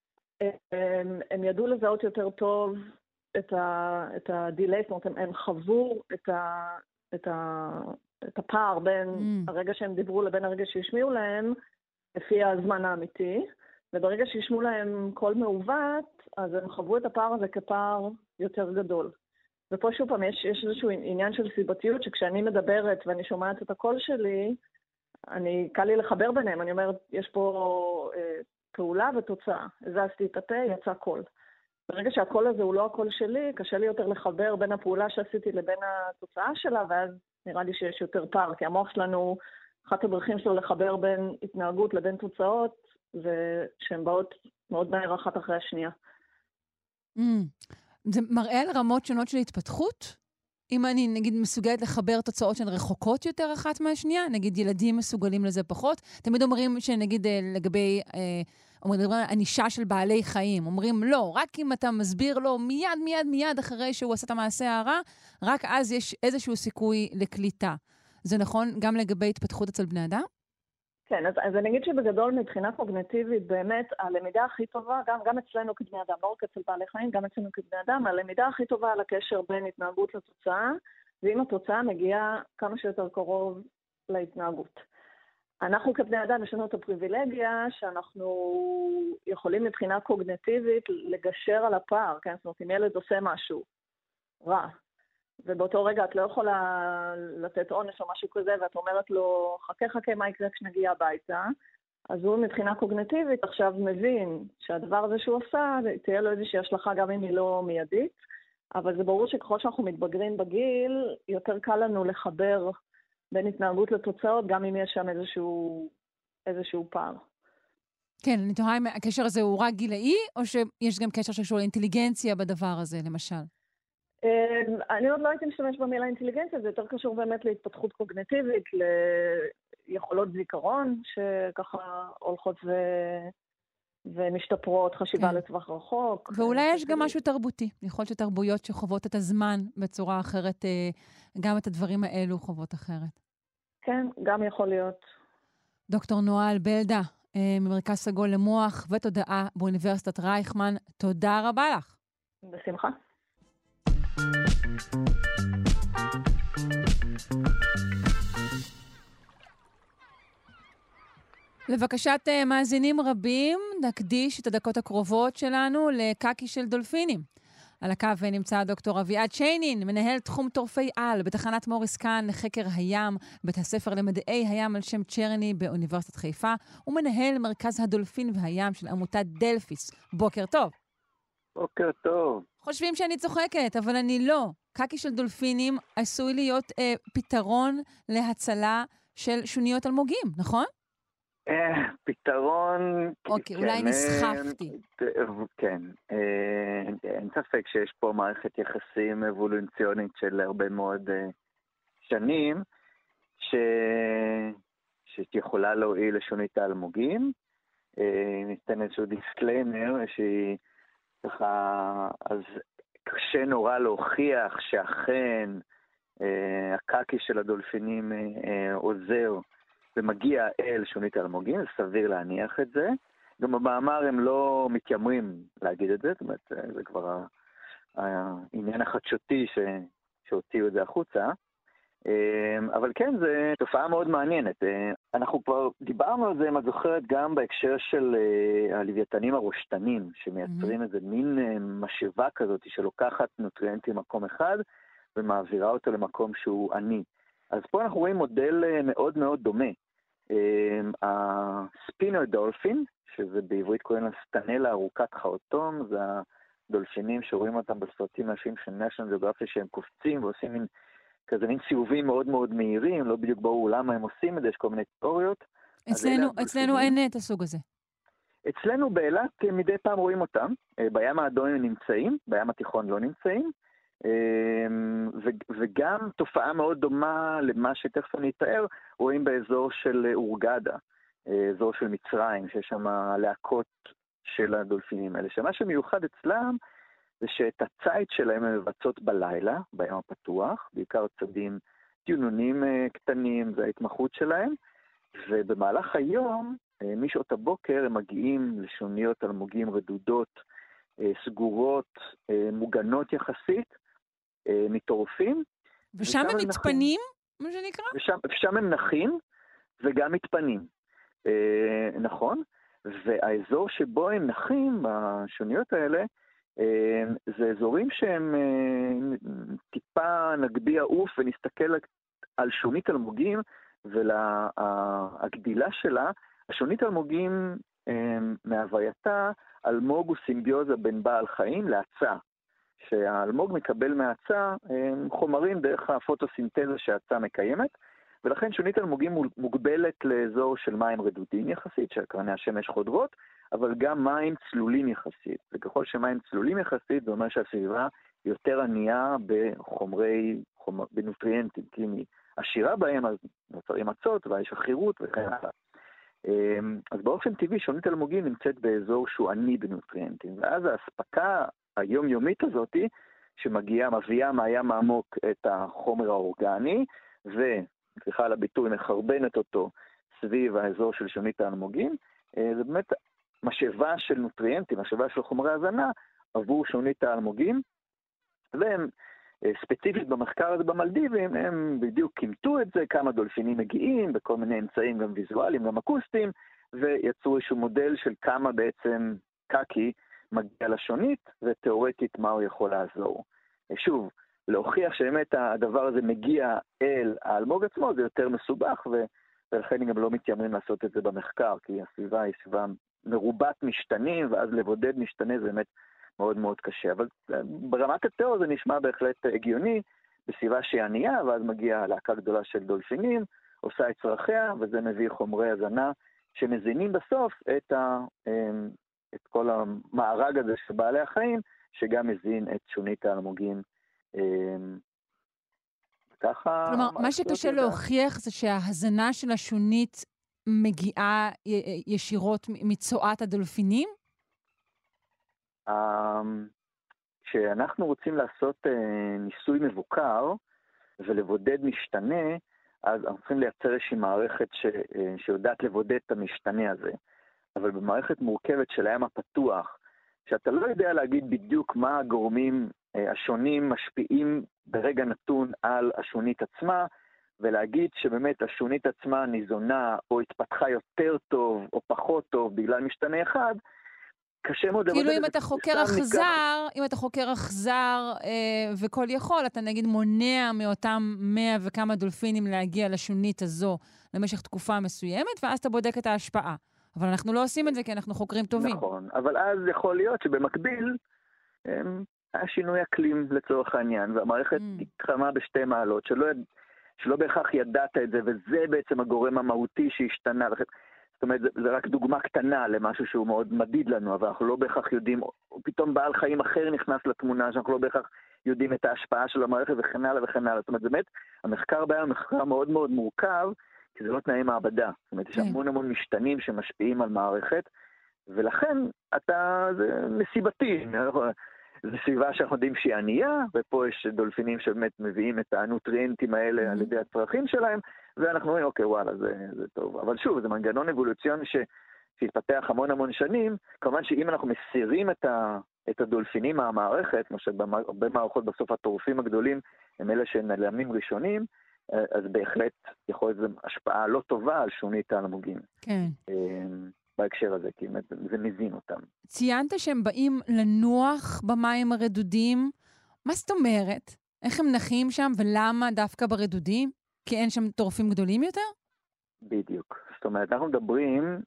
הם, הם ידעו לזהות יותר טוב את, ה, את הדילי, זאת אומרת, הם, הם חוו את ה... את ה את הפער בין mm. הרגע שהם דיברו לבין הרגע שהשמיעו להם, לפי הזמן האמיתי, וברגע שהשמיעו להם קול מעוות, אז הם חוו את הפער הזה כפער יותר גדול. ופה שוב פעם, יש, יש איזשהו עניין של סיבתיות, שכשאני מדברת ואני שומעת את הקול שלי, אני, קל לי לחבר ביניהם, אני אומרת, יש פה אה, פעולה ותוצאה. הזזתי את הפה, יצא קול. ברגע שהקול הזה הוא לא הקול שלי, קשה לי יותר לחבר בין הפעולה שעשיתי לבין התוצאה שלה, ואז נראה לי שיש יותר פער, כי המוח שלנו, אחת הדרכים שלו לחבר בין התנהגות לבין תוצאות, ושהן באות מאוד מהר אחת אחרי השנייה. Mm. זה מראה על רמות שונות של התפתחות? אם אני, נגיד, מסוגלת לחבר תוצאות שהן רחוקות יותר אחת מהשנייה, נגיד ילדים מסוגלים לזה פחות, תמיד אומרים שנגיד לגבי, אומרים על ענישה של בעלי חיים, אומרים לא, רק אם אתה מסביר לו מיד מיד מיד אחרי שהוא עשה את המעשה הרע, רק אז יש איזשהו סיכוי לקליטה. זה נכון גם לגבי התפתחות אצל בני אדם? כן, אז, אז אני אגיד שבגדול מבחינה קוגניטיבית, באמת הלמידה הכי טובה, גם, גם אצלנו כבני אדם, לא רק אצל בעלי חיים, גם אצלנו כבני אדם, הלמידה הכי טובה על הקשר בין התנהגות לתוצאה, ואם התוצאה מגיעה כמה שיותר קרוב להתנהגות. אנחנו כבני אדם יש לנו את הפריבילגיה שאנחנו יכולים מבחינה קוגניטיבית לגשר על הפער, כן? זאת אומרת, אם ילד עושה משהו רע, ובאותו רגע את לא יכולה לתת עונש או משהו כזה, ואת אומרת לו, חכה חכה מה יקרה כשנגיע הביתה, אז הוא מבחינה קוגניטיבית עכשיו מבין שהדבר הזה שהוא עושה, תהיה לו איזושהי השלכה גם אם היא לא מיידית, אבל זה ברור שככל שאנחנו מתבגרים בגיל, יותר קל לנו לחבר בין התנהגות לתוצאות, גם אם יש שם איזשהו, איזשהו פער. כן, אני תוהה אם הקשר הזה הוא רק גילאי, או שיש גם קשר שקשור לאינטליגנציה בדבר הזה, למשל? אני עוד לא הייתי משתמש במילה אינטליגנציה, זה יותר קשור באמת להתפתחות קוגניטיבית, ליכולות זיכרון, שככה הולכות ו... ומשתפרות, חשיבה כן. לטווח רחוק. ואולי יש גם משהו תרבותי. יכול להיות שתרבויות שחוות את הזמן בצורה אחרת, גם את הדברים האלו חוות אחרת. כן, גם יכול להיות. דוקטור נועה אלבלדה, ממרכז סגול למוח ותודעה באוניברסיטת רייכמן, תודה רבה לך. בשמחה. לבקשת מאזינים רבים, נקדיש את הדקות הקרובות שלנו לקקי של דולפינים. על הקו נמצא דוקטור אביעד שיינין, מנהל תחום טורפי על בתחנת מוריס קאהן לחקר הים, בית הספר למדעי הים על שם צ'רני באוניברסיטת חיפה, ומנהל מרכז הדולפין והים של עמותת דלפיס. בוקר טוב. בוקר טוב. חושבים שאני צוחקת, אבל אני לא. קקי של דולפינים עשוי להיות אה, פתרון להצלה של שוניות אלמוגים, נכון? פתרון... אוקיי, אולי נסחפתי. כן, אין ספק שיש פה מערכת יחסים אבולוציונית של הרבה מאוד שנים, שיכולה להועיל לשונית האלמוגים. ניתן איזשהו דיסקליימר, שהיא ככה, אז קשה נורא להוכיח שאכן הקקי של הדולפינים עוזר, ומגיע אל שונית האלמוגים, סביר להניח את זה. גם במאמר הם לא מתיימרים להגיד את זה, זאת אומרת, זה כבר העניין החדשותי ש... שהוציאו את זה החוצה. אבל כן, זו תופעה מאוד מעניינת. אנחנו כבר דיברנו על זה, אם את זוכרת, גם בהקשר של הלוויתנים הרושתנים, שמייצרים mm-hmm. איזה מין משאבה כזאת שלוקחת נוטריאנטים ממקום אחד, ומעבירה אותו למקום שהוא עני. אז פה אנחנו רואים מודל מאוד מאוד דומה. הספינר דולפין, שזה בעברית קוראים לה סטנלה ארוכת חרטום, זה הדולפינים שרואים אותם בסרטים מהשנים של National Geographic, שהם קופצים ועושים מין, כזה מין סיבובים מאוד מאוד מהירים, לא בדיוק ברור למה הם עושים את זה, יש כל מיני תיאוריות. אצלנו, אצלנו אין את הסוג הזה. אצלנו באילת מדי פעם רואים אותם, בים האדום הם נמצאים, בים התיכון לא נמצאים, וגם תופעה מאוד דומה למה שתכף אני אתאר, רואים באזור של אורגדה, אזור של מצרים, שיש שם להקות של הדולפינים האלה, שמה שמיוחד אצלם זה שאת הציד שלהם הם מבצעות בלילה, בים הפתוח, בעיקר צדים טיונונים קטנים, זה ההתמחות שלהם, ובמהלך היום, משעות הבוקר, הם מגיעים לשוניות אלמוגים רדודות, סגורות, מוגנות יחסית, מטורפים. ושם הם מתפנים, מה שנקרא? ושם, ושם הם נחים וגם מתפנים. אה, נכון? והאזור שבו הם נחים, בשוניות האלה, אה, זה אזורים שהם אה, טיפה נגביה עוף ונסתכל על שונית אלמוגים ולגדילה שלה. השונית אלמוגים אה, מהווייתה, אלמוג הוא סימביוזה בין בעל חיים להצה. שהאלמוג מקבל מהעצה חומרים דרך הפוטוסינתזה שהעצה מקיימת, ולכן שונית אלמוגים מוגבלת לאזור של מים רדודים יחסית, שקרני השמש חודרות, אבל גם מים צלולים יחסית. וככל שמים צלולים יחסית, זה אומר שהסביבה יותר ענייה בחומרי, חומר, בנוטריאנטים, כי היא עשירה בהם, אז נוצרים עצות, ויש החירות וכן הלאה. אז באופן טבעי שונית אלמוגים נמצאת באזור שהוא עני בנוטריאנטים, ואז ההספקה היומיומית הזאת, שמגיעה, מביאה מהים העמוק את החומר האורגני, וסליחה על הביטוי, מחרבנת אותו סביב האזור של שונית האלמוגים, זה באמת משאבה של נוטריאנטים, משאבה של חומרי הזנה, עבור שונית האלמוגים, והם ספציפית במחקר הזה במלדיבים, הם בדיוק קימתו את זה, כמה דולפינים מגיעים, בכל מיני אמצעים גם ויזואליים, גם אקוסטיים, ויצרו איזשהו מודל של כמה בעצם קקי מגיע לשונית, ותיאורטית מה הוא יכול לעזור. שוב, להוכיח שבאמת הדבר הזה מגיע אל האלמוג עצמו, זה יותר מסובך, ולכן גם לא מתיימרים לעשות את זה במחקר, כי הסביבה היא סביבה מרובת משתנים, ואז לבודד משתנה זה באמת מאוד מאוד קשה. אבל ברמת התיאוריה זה נשמע בהחלט הגיוני, בסביבה שהיא ענייה, ואז מגיעה להקה גדולה של דולפינים, עושה את צרכיה, וזה מביא חומרי הזנה, שמזינים בסוף את, ה, את כל המארג הזה של בעלי החיים, שגם מזין את שונית האלמוגים. ככה... כלומר, מה שקשה להוכיח זה שההזנה של השונית מגיעה ישירות מצואת הדולפינים? כשאנחנו רוצים לעשות ניסוי מבוקר ולבודד משתנה, אז אנחנו צריכים לייצר איזושהי מערכת ש... שיודעת לבודד את המשתנה הזה. אבל במערכת מורכבת של הים הפתוח, שאתה לא יודע להגיד בדיוק מה הגורמים השונים משפיעים ברגע נתון על השונית עצמה, ולהגיד שבאמת השונית עצמה ניזונה או התפתחה יותר טוב או פחות טוב בגלל משתנה אחד, קשה מאוד... כאילו אם אתה חוקר אכזר, אם אתה חוקר אכזר וכל יכול, אתה נגיד מונע מאותם מאה וכמה דולפינים להגיע לשונית הזו למשך תקופה מסוימת, ואז אתה בודק את ההשפעה. אבל אנחנו לא עושים את זה כי אנחנו חוקרים טובים. נכון, אבל אז יכול להיות שבמקביל היה שינוי אקלים לצורך העניין, והמערכת התחמה בשתי מעלות, שלא, שלא בהכרח ידעת את זה, וזה בעצם הגורם המהותי שהשתנה. זאת אומרת, זה, זה רק דוגמה קטנה למשהו שהוא מאוד מדיד לנו, אבל אנחנו לא בהכרח יודעים, פתאום בעל חיים אחר נכנס לתמונה, שאנחנו לא בהכרח יודעים את ההשפעה של המערכת וכן הלאה וכן הלאה. זאת אומרת, באמת, המחקר בה הוא מחקר מאוד מאוד מורכב, כי זה לא תנאי מעבדה. זאת אומרת, יש המון המון משתנים שמשפיעים על מערכת, ולכן אתה, זה מסיבתי. זו סביבה שאנחנו יודעים שהיא ענייה, ופה יש דולפינים שבאמת מביאים את הנוטריאנטים האלה על ידי הצרכים שלהם, ואנחנו אומרים, אוקיי, וואלה, זה, זה טוב. אבל שוב, זה מנגנון אבולוציוני ש, שהתפתח המון המון שנים. כמובן שאם אנחנו מסירים את, ה, את הדולפינים מהמערכת, כמו שבהרבה מערכות בסוף הטורפים הגדולים הם אלה שנעלמים ראשונים, אז בהחלט יכול להיות השפעה לא טובה על שונית האלמוגים. כן. בהקשר הזה, כי זה מזין אותם. ציינת שהם באים לנוח במים הרדודים. מה זאת אומרת? איך הם נחים שם ולמה דווקא ברדודים? כי אין שם טורפים גדולים יותר? בדיוק. זאת אומרת, אנחנו מדברים,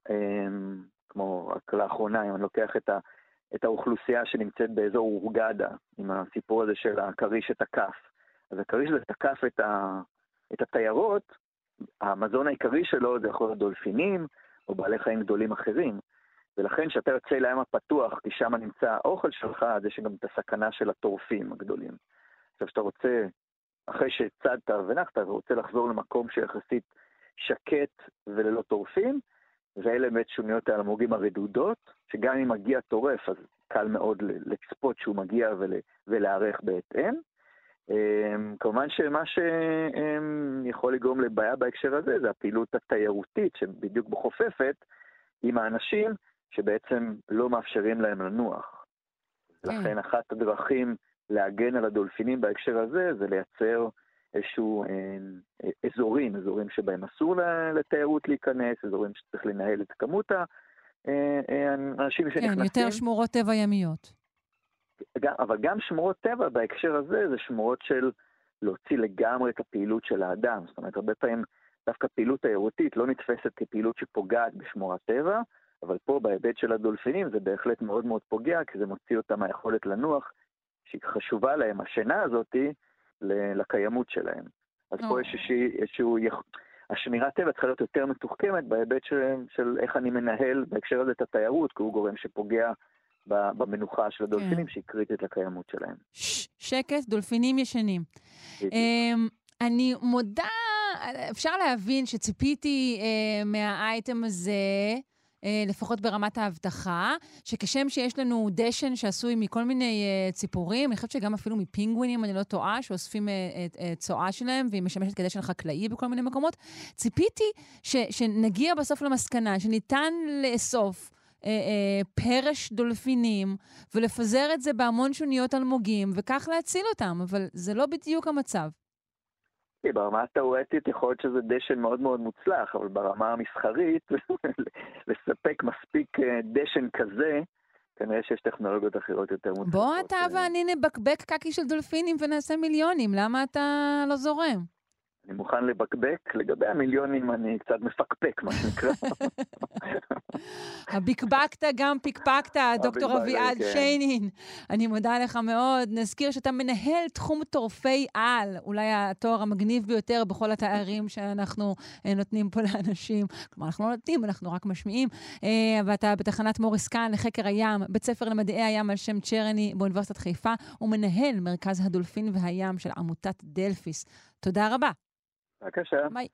כמו רק לאחרונה, אם אני לוקח את, ה, את האוכלוסייה שנמצאת באזור אורגדה, עם הסיפור הזה של הכריש שתקף. אז הכריש הזה תקף את, ה, את התיירות, המזון העיקרי שלו זה יכול להיות דולפינים, או בעלי חיים גדולים אחרים. ולכן שאתה יוצא לים הפתוח, כי שם נמצא האוכל שלך, אז יש גם את הסכנה של הטורפים הגדולים. עכשיו, שאתה רוצה, אחרי שהצדת ונחת, אתה רוצה לחזור למקום שיחסית שקט וללא טורפים, ואלה באמת שוניות האלמוגים הרדודות, שגם אם מגיע טורף, אז קל מאוד לצפות שהוא מגיע ולהערך בהתאם. כמובן שמה שיכול לגרום לבעיה בהקשר הזה, זה הפעילות התיירותית שבדיוק בחופפת עם האנשים שבעצם לא מאפשרים להם לנוח. לכן אחת הדרכים להגן על הדולפינים בהקשר הזה, זה לייצר איזשהו אזורים, אזורים שבהם אסור לתיירות להיכנס, אזורים שצריך לנהל את כמות האנשים שנכנסים. כן, יותר שמורות טבע ימיות. אבל גם שמורות טבע בהקשר הזה, זה שמורות של להוציא לגמרי את הפעילות של האדם. זאת אומרת, הרבה פעמים דווקא פעילות תיירותית לא נתפסת כפעילות שפוגעת בשמורת טבע, אבל פה בהיבט של הדולפינים זה בהחלט מאוד מאוד פוגע, כי זה מוציא אותם מהיכולת לנוח, שהיא חשובה להם, השינה הזאת, לקיימות שלהם. אז פה יש איזשהו... השמירת טבע צריכה להיות יותר מתוחכמת בהיבט של, של איך אני מנהל בהקשר הזה את התיירות, כי הוא גורם שפוגע במנוחה של הדולפינים, שהיא קריטית לקיימות שלהם. שקט, דולפינים ישנים. אני מודה, אפשר להבין שציפיתי מהאייטם הזה, לפחות ברמת ההבטחה, שכשם שיש לנו דשן שעשוי מכל מיני ציפורים, אני חושבת שגם אפילו מפינגווינים, אני לא טועה, שאוספים צואה שלהם, והיא משמשת כדשן חקלאי בכל מיני מקומות, ציפיתי שנגיע בסוף למסקנה, שניתן לאסוף פרש דולפינים, ולפזר את זה בהמון שוניות אלמוגים, וכך להציל אותם, אבל זה לא בדיוק המצב. ברמה התיאורטית יכול להיות שזה דשן מאוד מאוד מוצלח, אבל ברמה המסחרית, לספק מספיק דשן כזה, כנראה שיש טכנולוגיות אחרות יותר מוצלחות. בוא אתה ואני נבקבק קקי של דולפינים ונעשה מיליונים, למה אתה לא זורם? אני מוכן לבקבק, לגבי המיליונים אני קצת מפקפק, מה שנקרא. הבקבקת גם פקפקת, דוקטור אביעד כן. שיינין. אני מודה לך מאוד. נזכיר שאתה מנהל תחום טורפי על, אולי התואר המגניב ביותר בכל התארים שאנחנו נותנים פה לאנשים. כלומר, אנחנו לא נותנים, אנחנו רק משמיעים. ואתה בתחנת מוריס קאהן לחקר הים, בית ספר למדעי הים על שם צ'רני באוניברסיטת חיפה, ומנהל מרכז הדולפין והים של עמותת דלפיס. תודה רבה. בבקשה. ביי.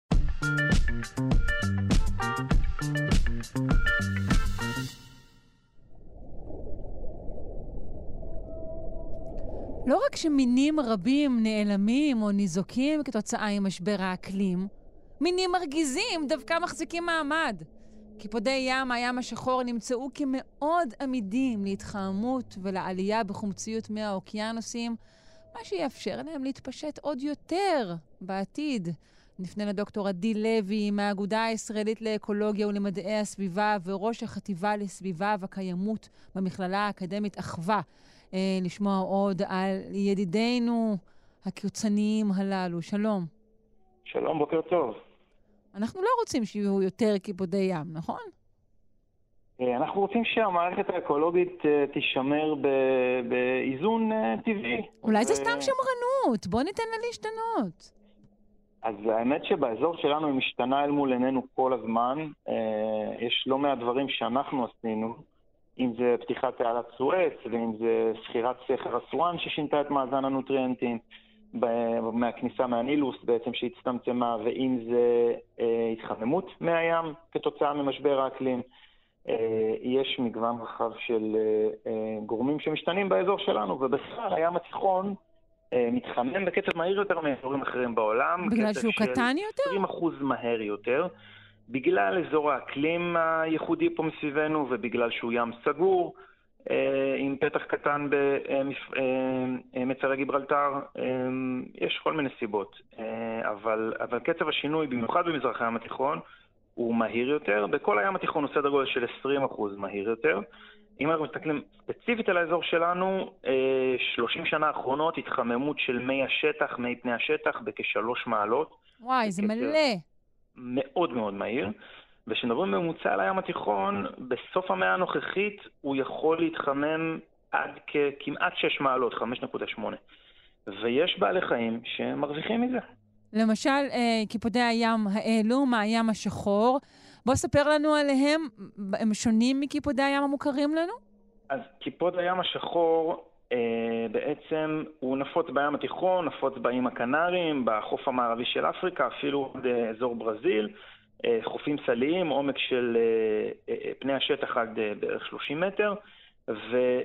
לא רק שמינים רבים נעלמים או ניזוקים כתוצאה ממשבר האקלים, מינים מרגיזים דווקא מחזיקים מעמד. קיפודי ים, הים השחור, נמצאו כמאוד עמידים להתחממות ולעלייה בחומציות מי האוקיינוסים, מה שיאפשר להם להתפשט עוד יותר בעתיד. נפנה לדוקטור עדי לוי מהאגודה הישראלית לאקולוגיה ולמדעי הסביבה וראש החטיבה לסביבה וקיימות במכללה האקדמית אחווה, אה, לשמוע עוד על ידידינו הקיצוניים הללו. שלום. שלום, בוקר טוב. אנחנו לא רוצים שיהיו יותר קיפודי ים, נכון? אנחנו רוצים שהמערכת האקולוגית תישמר באיזון טבעי. אולי זה סתם שמרנות, בוא ניתן לה להשתנות. אז האמת שבאזור שלנו היא משתנה אל מול עינינו כל הזמן. יש לא מעט דברים שאנחנו עשינו, אם זה פתיחת תעלת סואץ, ואם זה סחירת סכר אסואן ששינתה את מאזן הנוטריאנטים, מהכניסה מהנילוס בעצם שהצטמצמה, ואם זה התחממות מהים כתוצאה ממשבר האקלים. יש מגוון רחב של גורמים שמשתנים באזור שלנו, ובכלל הים התיכון מתחמם בקצב מהיר יותר מאזורים אחרים בעולם. בגלל שהוא קטן יותר? עשרים אחוז מהר יותר, בגלל אזור האקלים הייחודי פה מסביבנו, ובגלל שהוא ים סגור, עם פתח קטן במצרי גיברלטר. יש כל מיני סיבות, אבל, אבל קצב השינוי, במיוחד במזרח הים התיכון, הוא מהיר יותר. בכל הים התיכון הוא סדר גודל של עשרים אחוז מהיר יותר. אם אנחנו מסתכלים ספציפית על האזור שלנו, שלושים שנה האחרונות התחממות של מי השטח, מי פני השטח, בכשלוש מעלות. וואי, זה מלא. מאוד מאוד מהיר. ושנדברים בממוצע על הים התיכון, בסוף המאה הנוכחית הוא יכול להתחמם עד כמעט שש מעלות, חמש נקודה שמונה. ויש בעלי חיים שמרוויחים מזה. למשל, קיפודי הים האלו מהים השחור. בוא ספר לנו עליהם, הם שונים מקיפודי הים המוכרים לנו? אז קיפוד הים השחור בעצם הוא נפוץ בים התיכון, נפוץ באיים הקנריים, בחוף המערבי של אפריקה, אפילו באזור ברזיל, חופים סליים, עומק של פני השטח עד בערך שלושים מטר, ו...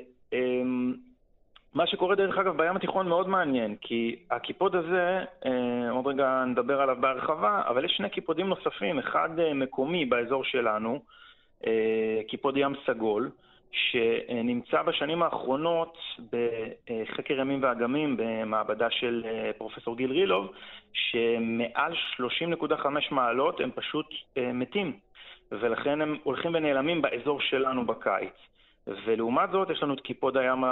מה שקורה דרך אגב בים התיכון מאוד מעניין, כי הקיפוד הזה, עוד רגע נדבר עליו בהרחבה, אבל יש שני קיפודים נוספים, אחד מקומי באזור שלנו, קיפוד ים סגול, שנמצא בשנים האחרונות בחקר ימים ואגמים במעבדה של פרופסור גיל רילוב, שמעל שלושים נקודה חמש מעלות הם פשוט מתים, ולכן הם הולכים ונעלמים באזור שלנו בקיץ. ולעומת זאת יש לנו את קיפוד הים,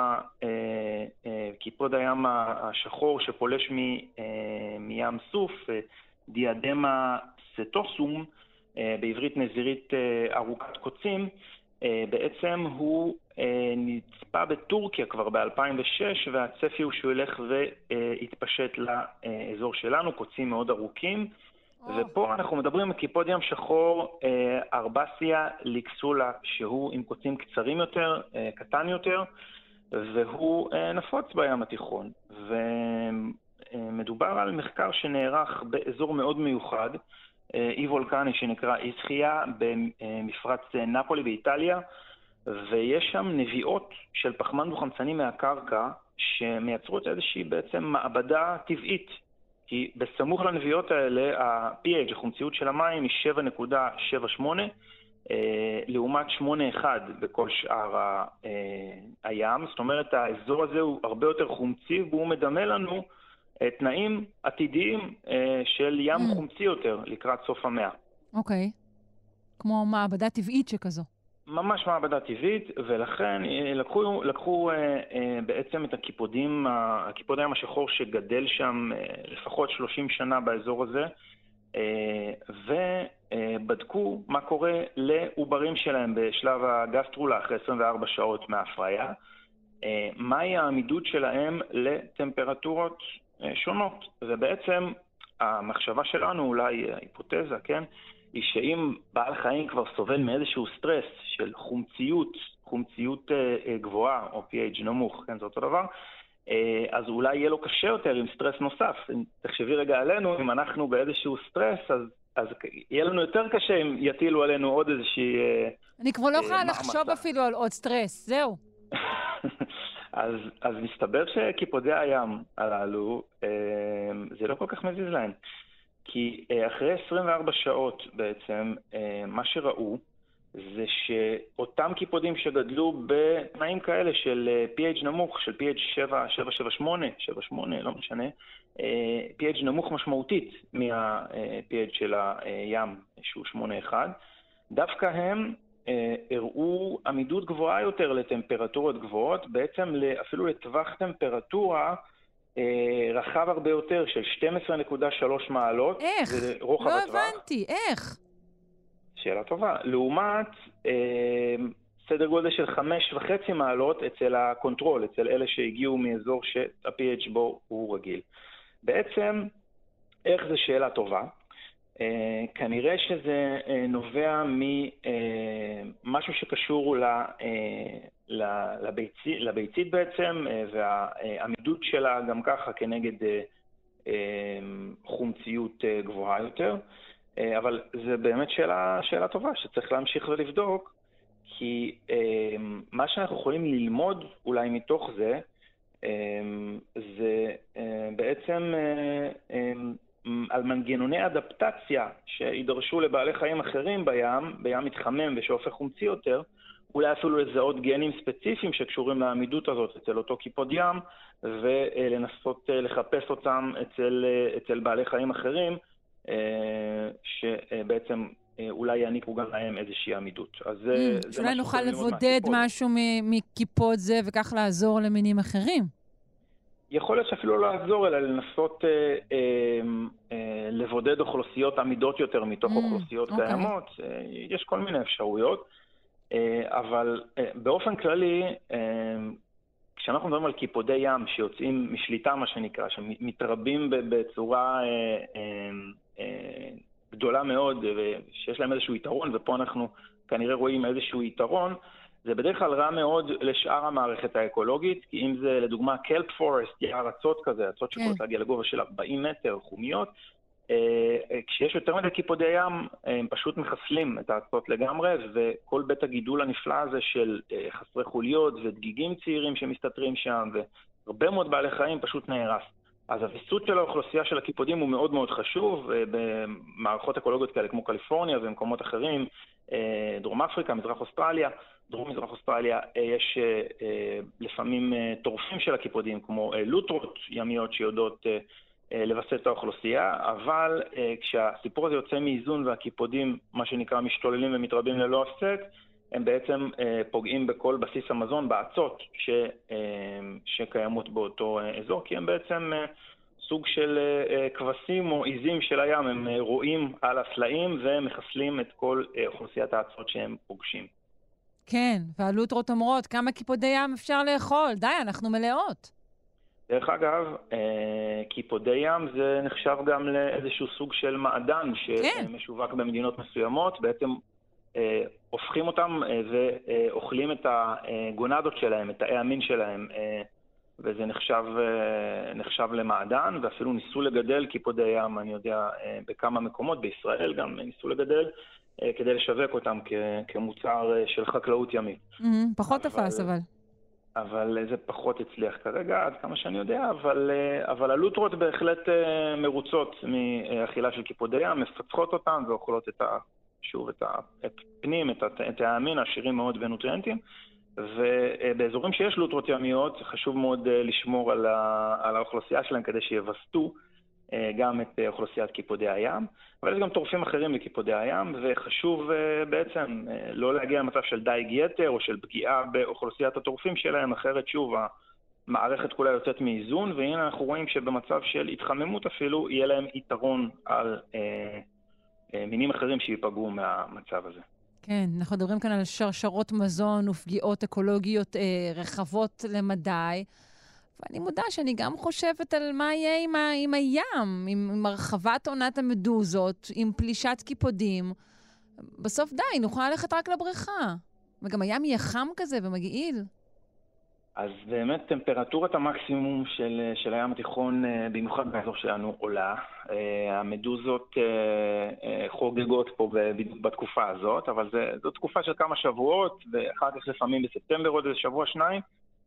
קיפוד הים השחור שפולש מים סוף, דיאדמה סטוסום, בעברית נזירית ארוכת קוצים. בעצם הוא נצפה בטורקיה כבר ב-אלפיים ושש, והצפי הוא שהוא ילך והתפשט לאזור שלנו, קוצים מאוד ארוכים. ופה אנחנו מדברים על קיפוד ים שחור, ארבסיה ליקסולה, שהוא עם קוצים קצרים יותר, קטן יותר, והוא נפוץ בים התיכון. ומדובר על מחקר שנערך באזור מאוד מיוחד, אי וולקני שנקרא איסחיה, במפרץ נפולי באיטליה, ויש שם נביאות של פחמן דו-חמצני מהקרקע, שמייצרות איזושהי בעצם מעבדה טבעית, כי בסמוך לנביאות האלה, ה-פי אייץ', החומציות של המים, היא שבע נקודה שבע שמונה, לעומת שמונה נקודה אחת בכל שאר ה- הים. זאת אומרת, האזור הזה הוא הרבה יותר חומצי, והוא מדמה לנו תנאים עתידיים של ים חומצי יותר לקראת סוף המאה. אוקיי. כמו מעבדה טבעית שכזו. ממש מעבדה טבעית, ולכן לקחו, לקחו בעצם את הקיפודים, הקיפוד הים השחור שגדל שם לפחות שלושים שנה באזור הזה, ובדקו מה קורה לעוברים שלהם בשלב הגסטרולה אחרי עשרים וארבע שעות מההפריה, מהי העמידות שלהם לטמפרטורות שונות. ובעצם המחשבה שלנו, אולי ההיפותזה, כן, היא שאם בעל חיים כבר סובל מאיזשהו סטרס של חומציות, חומציות גבוהה או פי אייץ' נמוך, כן, זה אותו דבר, אז אולי יהיה לו קשה יותר עם סטרס נוסף. תחשבי רגע עלינו, אם אנחנו באיזשהו סטרס, אז, אז יהיה לנו יותר קשה אם יטילו עלינו עוד איזושהי... אני כבר לא יכולה לחשוב אפילו על עוד סטרס, זהו. אז, אז מסתבר שקיפודי הים הללו, זה לא כל כך מזיז להם. כי אחרי עשרים וארבע שעות בעצם, מה שראו זה שאותם קיפודים שגדלו בתנאים כאלה של פי אייץ' נמוך, של פי אייץ' שבע, שבע, שבע, שמונה, שבע, שמונה, לא משנה, פי אייץ' נמוך משמעותית מה-פי אייץ' של הים, שהוא שמונה אחד, דווקא הם הראו עמידות גבוהה יותר לטמפרטורות גבוהות, בעצם אפילו לטווח טמפרטורה רחב הרבה יותר של שתים עשרה נקודה שלוש מעלות. איך? לא הבנתי, איך? שאלה טובה. לעומת אה, סדר גודל של חמש וחצי מעלות אצל הקונטרול, אצל אלה שהגיעו מאזור שה-פי אייץ' בו הוא רגיל. בעצם, איך זה שאלה טובה? אה, כנראה שזה אה, נובע ממשהו אה, שקשור ל... אה, לביצית, לביצית בעצם, והעמידות שלה גם ככה כנגד חומציות גבוהה יותר. אבל זה באמת שאלה, שאלה טובה שצריך להמשיך ולבדוק, כי מה שאנחנו יכולים ללמוד אולי מתוך זה, זה בעצם על מנגנוני אדפטציה שידרשו לבעלי חיים אחרים בים, בים מתחמם ושהופך חומצי יותר, אולי אפילו לזהות גנים ספציפיים שקשורים לעמידות הזאת אצל אותו קיפוד ים, ולנסות לחפש אותם אצל, אצל בעלי חיים אחרים, שבעצם אולי יעניקו גם להם איזושהי עמידות. אז זה, שאולי נוכל לבודד משהו מקיפוד זה וכך לעזור למינים אחרים. יכול להיות שאפילו לא לעזור, אלא לנסות אה, אה, אה, לבודד אוכלוסיות עמידות יותר מתוך mm, אוכלוסיות okay. קיימות. אה, יש כל מיני אפשרויות. אבל באופן כללי, כשאנחנו מדברים על קיפודי ים שיוצאים משליטה, מה שנקרא, שמתרבים בצורה גדולה מאוד, ושיש להם איזשהו יתרון, ופה אנחנו כנראה רואים איזשהו יתרון, זה בדרך כלל רע מאוד לשאר המערכת האקולוגית, כי אם זה לדוגמה קלפ פורסט, יער אצות כזה, אצות שיכולות להגיע לגובה של ארבעים מטר, חומיות, כשיש יותר מדי קיפודי ים, הם פשוט מחסלים את האצות לגמרי, וכל בית הגידול הנפלא הזה של חסרי חוליות ודגיגים צעירים שמסתתרים שם, והרבה מאוד בעלי חיים פשוט נהרס. אז הוויסות של האוכלוסייה של הקיפודים הוא מאוד מאוד חשוב, במערכות אקולוגיות כאלה כמו קליפורניה ומקומות אחרים, דרום אפריקה, מזרח אוסטרליה, דרום מזרח אוסטרליה, יש לפעמים טורפים של הקיפודים, כמו לוטרות ימיות שיודעות לבסס את האוכלוסייה, אבל uh, כשהסיפור הזה יוצא מאיזון והקיפודים, מה שנקרא, משתוללים ומתרבים ללא הפסק, הם בעצם uh, פוגעים בכל בסיס המזון, באצות ש, uh, שקיימות באותו uh, אזור, כי הם בעצם uh, סוג של uh, כבשים או עיזים של הים, הם uh, רואים על הסלעים ומחסלים את כל uh, אוכלוסיית האצות שהם פוגשים. כן, והלוטרות אומרות, כמה קיפודי ים אפשר לאכול? די, אנחנו מלאות. דרך אגב, קיפודי ים זה נחשב גם לאיזשהו סוג של מעדן שמשווק במדינות מסוימות, בעצם הופכים אותם ואוכלים את הגונדות שלהם, את תאי המין שלהם, וזה נחשב, נחשב למעדן, ואפילו ניסו לגדל קיפודי ים, אני יודע, בכמה מקומות, בישראל גם ניסו לגדל, כדי לשווק אותם כמוצר של חקלאות ימית. פחות תפס אבל. אבל זה פחות הצליח כרגע, עד כמה שאני יודע, אבל, אבל הלוטרות בהחלט מרוצות מאכילה של קיפודי ים, מפתחות אותן ואוכלות את ה, שוב, את הפנים, את, את המין, העשירים מאוד בנוטריאנטים, ובאזורים שיש לוטרות ימיות, חשוב מאוד לשמור על, ה, על האוכלוסייה שלהם כדי שיבסטו גם את אוכלוסיית קיפודי הים, אבל יש גם טורפים אחרים לקיפודי הים, וחשוב בעצם לא להגיע למצב של דייג יתר או של פגיעה באוכלוסיית הטורפים שלהם, אחרת שוב המערכת כולה יוצאת מאיזון, והנה אנחנו רואים שבמצב של התחממות אפילו יהיה להם יתרון על אה, אה, מינים אחרים שיפגעו מהמצב הזה. כן, אנחנו מדברים כאן על שרשרות מזון ופגיעות אקולוגיות אה, רחבות למדי, ואני מודה שאני גם חושבת על מה יהיה עם, ה, עם הים, עם, עם הרחבת עונת המדוזות, עם פלישת קיפודים. בסוף די, נוכל ללכת רק לבריכה. וגם הים יהיה חם כזה ומגעיל. אז באמת טמפרטורת המקסימום של, של הים התיכון, במיוחד באזור שלנו, עולה. המדוזות חוגגות פה בתקופה הזאת, אבל זה, זו תקופה של כמה שבועות, ואחר כך לפעמים בספטמבר עוד איזה שבוע שניים.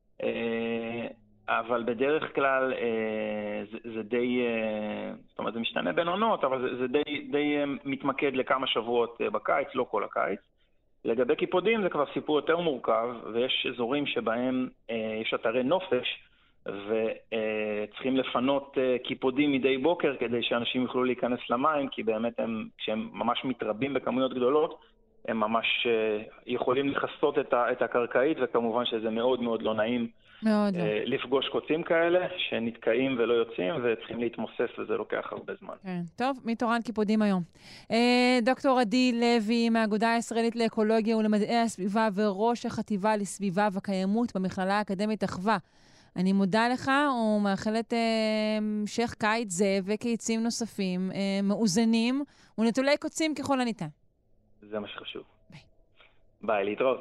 אבל בדרך כלל זה, זה די, זאת אומרת, זה משתנה בין עונות, אבל זה, זה די, די מתמקד לכמה שבועות בקיץ, לא כל הקיץ. לגבי קיפודים זה כבר סיפור יותר מורכב, ויש אזורים שבהם אה, יש אתרי נופש, וצריכים לפנות אה, קיפודים מדי בוקר כדי שאנשים יוכלו להיכנס למים, כי באמת הם, כשהם ממש מתרבים בכמויות גדולות, הם ממש אה, יכולים לחסות את, ה, את הקרקעית, וכמובן שזה מאוד מאוד לא נעים מאוד אה, לפגוש קוצים כאלה, שנתקעים ולא יוצאים, וצריכים להתמוסס, וזה לוקח הרבה זמן. כן. טוב, מי תורן קיפודים היום? אה, דוקטור עדי לוי, מהאגודה הישראלית לאקולוגיה ולמדעי הסביבה, וראש החטיבה לסביבה וקיימות במכללה האקדמית אחווה. אני מודה לך ומאחלת המשך אה, קיץ זה וקיצים נוספים, אה, מאוזנים ונטולי קוצים ככל הניתן. זה מה שחשוב. ביי. ביי, להתראות.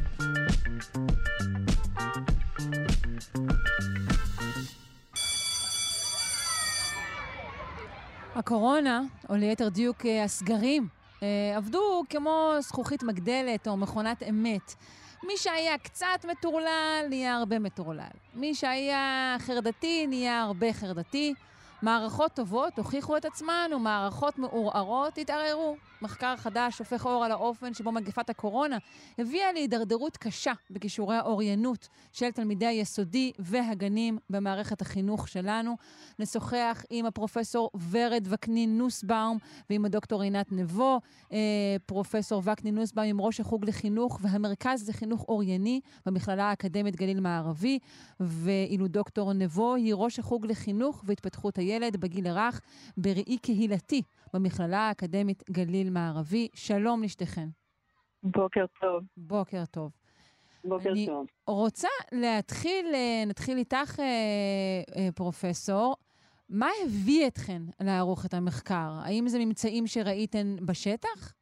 הקורונה, או ליתר דיוק הסגרים, עבדו כמו זכוכית מגדלת או מכונת אמת. מי שהיה קצת מטורלל נהיה הרבה מטורלל. מי שהיה חרדתי נהיה הרבה חרדתי. מערכות טובות הוכיחו את עצמן ומערכות מעורערות התערערו. מחקר חדש שופך אור על האופן שבו מגפת הקורונה הביאה להידרדרות קשה בכישורי האוריינות של תלמידי היסודי והגנים במערכת החינוך שלנו. נשוחח עם הפרופסור ורד וקנין נוסבאום ועם הדוקטור עינת נבו. פרופסור וקנין נוסבאום עם ראש החוג לחינוך והמרכז לחינוך אורייני במכללה האקדמית גליל מערבי, ואילו דוקטור נבו היא ראש החוג לחינוך והתפתחות הילד בגיל הרך בראי קהילתי במכללה האקדמית גליל מערבי. שלום לשתיכן. בוקר טוב. בוקר טוב. בוקר אני טוב. רוצה להתחיל, נתחיל איתך, פרופסור. מה הביא אתכן לערוך את המחקר? האם זה ממצאים שראיתן בשטח?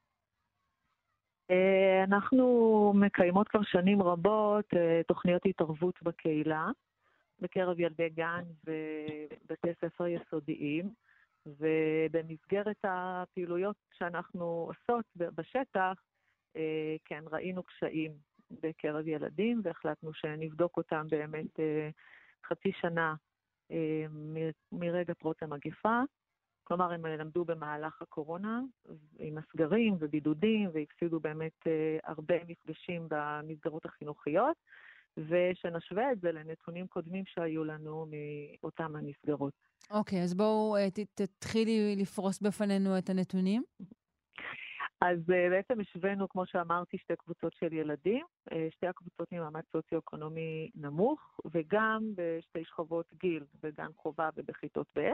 אנחנו מקיימות כבר שנים רבות תוכניות התערבות בקהילה, בקרב ילדי גן ובתי ספר יסודיים, ובמסגרת הפעילויות שאנחנו עושות בשטח, כן, ראינו קשיים בקרב ילדים, והחלטנו שנבדוק אותם באמת חצי שנה מרגע פרוץ המגפה. כלומר, הם למדו במהלך הקורונה עם הסגרים ובידודים, והפסידו באמת הרבה מפגשים במסגרות החינוכיות, ושנשווה את זה לנתונים קודמים שהיו לנו מאותם המסגרות. אוקיי, אז בואו תתחילי לפרוס בפנינו את הנתונים. אז בעצם השווינו, כמו שאמרתי, שתי קבוצות של ילדים, שתי הקבוצות ממעמד סוציו-אקונומי נמוך, וגם בשתי שכבות גיל, בגן חובה ובכיתות ב'.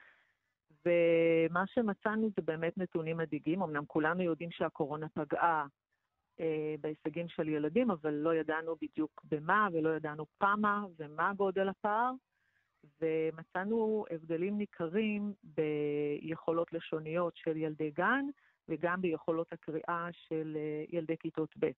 ומה שמצאנו זה באמת נתונים מדאיגים. אמנם כולנו יודעים שהקורונה פגעה בהישגים של ילדים, אבל לא ידענו בדיוק במה, ולא ידענו כמה ומה גודל הפער, ומצאנו הבדלים ניכרים ביכולות לשוניות של ילדי גן, וגם ביכולות הקריאה של ילדי כיתות ב'.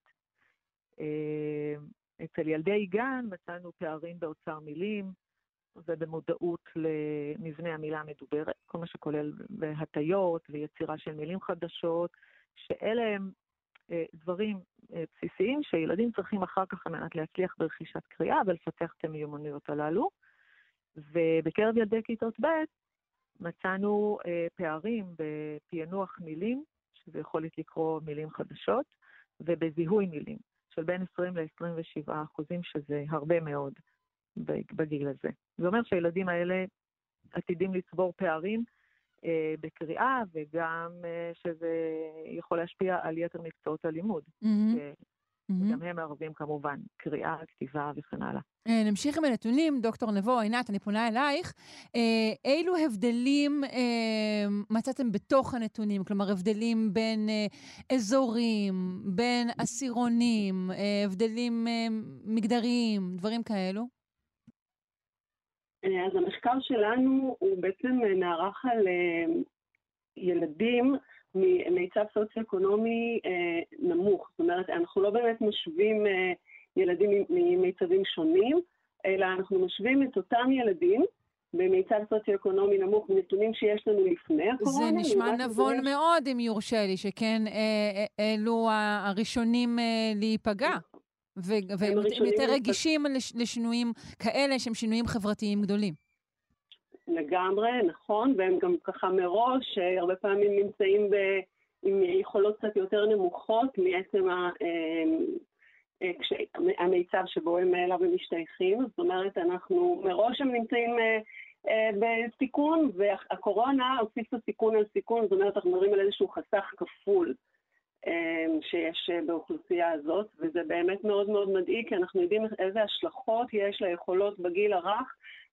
אצל ילדי גן מצאנו פערים באוצר מילים, ובמודעות למבנה המילה המדוברת, כל מה שכולל בהטיות ויצירה של מילים חדשות, שאלה הם דברים בסיסיים שילדים צריכים אחר כך על מנת להצליח ברכישת קריאה ולפתח את המיומנויות הללו. ובקרב ילדי כיתות ב' מצאנו פערים בפענוח מילים, שזה יכולת לקרוא מילים חדשות, ובזיהוי מילים, של בין עשרים ל-עשרים ושבעה אחוזים, שזה הרבה מאוד בגיל הזה. זה אומר שהילדים האלה עתידים לצבור פערים אה, בקריאה, וגם אה, שזה יכול להשפיע על יתר מקצועות הלימוד. Mm-hmm. גם הם מערבים כמובן, קריאה, כתיבה וכן הלאה. נמשיך עם הנתונים, דוקטור נבו, עינת, אני פונה אלייך. אילו הבדלים מצאתם בתוך הנתונים? כלומר, הבדלים בין אזורים, בין עשירונים, הבדלים מגדריים, דברים כאלו? אז המחקר שלנו הוא בעצם נערך על ילדים ממיצב סוציו-אקונומי אה, נמוך. זאת אומרת, אנחנו לא באמת משווים אה, ילדים ממיצבים שונים, אלא אנחנו משווים את אותם ילדים במיצב סוציו-אקונומי נמוך, מנתונים שיש לנו לפני הקורונה. זה נשמע נבון יש... מאוד, אם יורשה לי, שכן אה, אה, אלו הראשונים אה, להיפגע. ו- והם יותר רגישים לש- לשינויים כאלה שהם שינויים חברתיים גדולים. לגמרי, נכון, והם גם ככה מראש, הרבה פעמים נמצאים ב, עם יכולות קצת יותר נמוכות מעצם ה, כש, המיצב שבו הם אליו הם משתייכים. זאת אומרת, אנחנו מראש הם נמצאים בסיכון, והקורונה הוסיפה סיכון על סיכון, זאת אומרת, אנחנו מדברים על איזשהו חסך כפול שיש באוכלוסייה הזאת, וזה באמת מאוד מאוד מדאיג, כי אנחנו יודעים איזה השלכות יש ליכולות בגיל הרך,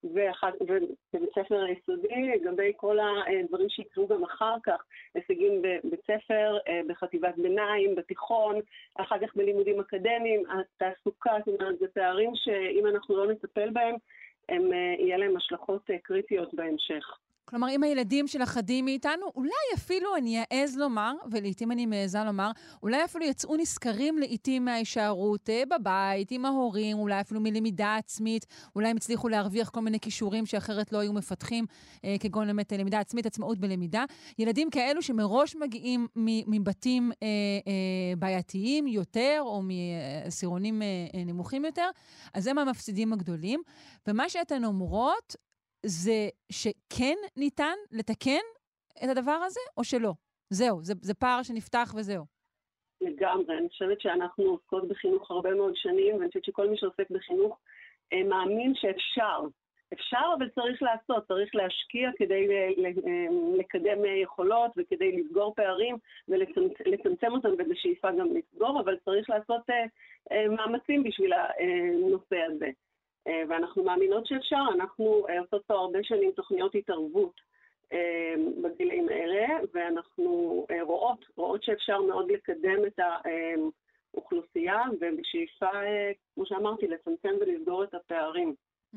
ובבית ספר היסודי, לגבי כל הדברים שיקרו גם אחר כך, הישגים בבית ספר, בחטיבת ביניים, בתיכון, אחר כך בלימודים אקדמיים, התעסוקה, זאת אומרת, זה פערים שאם אנחנו לא נטפל בהם, הם יהיה להם השלכות קריטיות בהמשך. כלומר, אם הילדים של אחדים מאיתנו, אולי אפילו אני אעז לומר, ולעיתים אני מעזה לומר, אולי אפילו יצאו נזכרים לעיתים מההישארות בבית, עם ההורים, אולי אפילו מלמידה עצמית, אולי הם הצליחו להרוויח כל מיני כישורים שאחרת לא היו מפתחים, כגון באמת למידה עצמית, עצמאות בלמידה. ילדים כאלו שמראש מגיעים מבתים בעייתיים יותר, או מעשירונים נמוכים יותר, אז הם המפסידים הגדולים. ומה שאתן אומרות, זה שכן ניתן לתקן את הדבר הזה, או שלא? זהו, זה, זה פער שנפתח וזהו. לגמרי, אני חושבת שאנחנו עוסקות בחינוך הרבה מאוד שנים, ואני חושבת שכל מי שעוסק בחינוך אה, מאמין שאפשר. אפשר, אבל צריך לעשות, צריך להשקיע כדי לקדם יכולות וכדי לסגור פערים ולצמצם אותם ובשאיפה גם לסגור, אבל צריך לעשות אה, אה, מאמצים בשביל הנושא הזה. ואנחנו מאמינות שאפשר, אנחנו עושות פה הרבה שנים תוכניות התערבות בגילים האלה, ואנחנו רואות, רואות שאפשר מאוד לקדם את האוכלוסייה, ובשאיפה, כמו שאמרתי, לצמצם ולסגור את הפערים.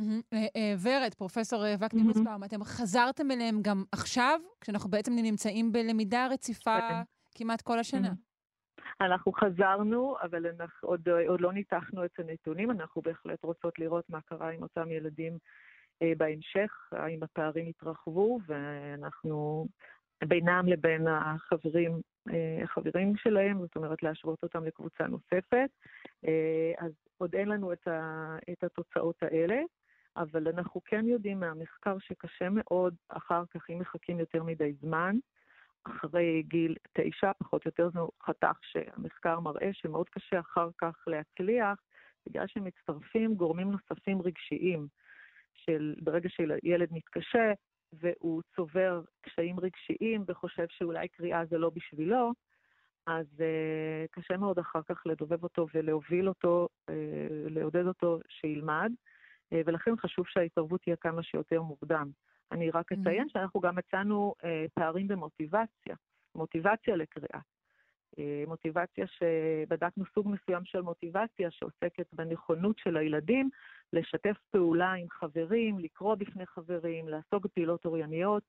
ורד, פרופסור וקנין נוסבאום, אתם חזרתם אליהם גם עכשיו, כשאנחנו בעצם נמצאים בלמידה רציפה כמעט כל השנה? אנחנו חזרנו, אבל אנחנו עוד, עוד לא ניתחנו את הנתונים, אנחנו בהחלט רוצות לראות מה קרה עם אותם ילדים אה, בהמשך, האם הפערים התרחבו, ואנחנו בינם לבין החברים, אה, החברים שלהם, זאת אומרת להשוות אותם לקבוצה נוספת, אה, אז עוד אין לנו את, ה, את התוצאות האלה, אבל אנחנו כן יודעים מהמחקר שקשה מאוד, אחר כך אם מחכים יותר מדי זמן, אחרי גיל תשע, פחות או יותר, זה חתך שהמחקר מראה שמאוד קשה אחר כך להצליח, בגלל שמצטרפים גורמים נוספים רגשיים, של ברגע שילד מתקשה, והוא צובר קשיים רגשיים, וחושב שאולי קריאה זה לא בשבילו, אז uh, קשה מאוד אחר כך לדובב אותו ולהוביל אותו, uh, לעודד אותו שילמד, uh, ולכן חשוב שההתערבות תהיה כמה שיותר מוקדם. אני רק אציין mm-hmm. שאנחנו גם מצאנו אה, פערים במוטיבציה, מוטיבציה לקריאה. אה, מוטיבציה שבדקנו סוג מסוים של מוטיבציה שעוסקת בנכונות של הילדים, לשתף פעולה עם חברים, לקרוא בפני חברים, לעסוק בפעילות אורייניות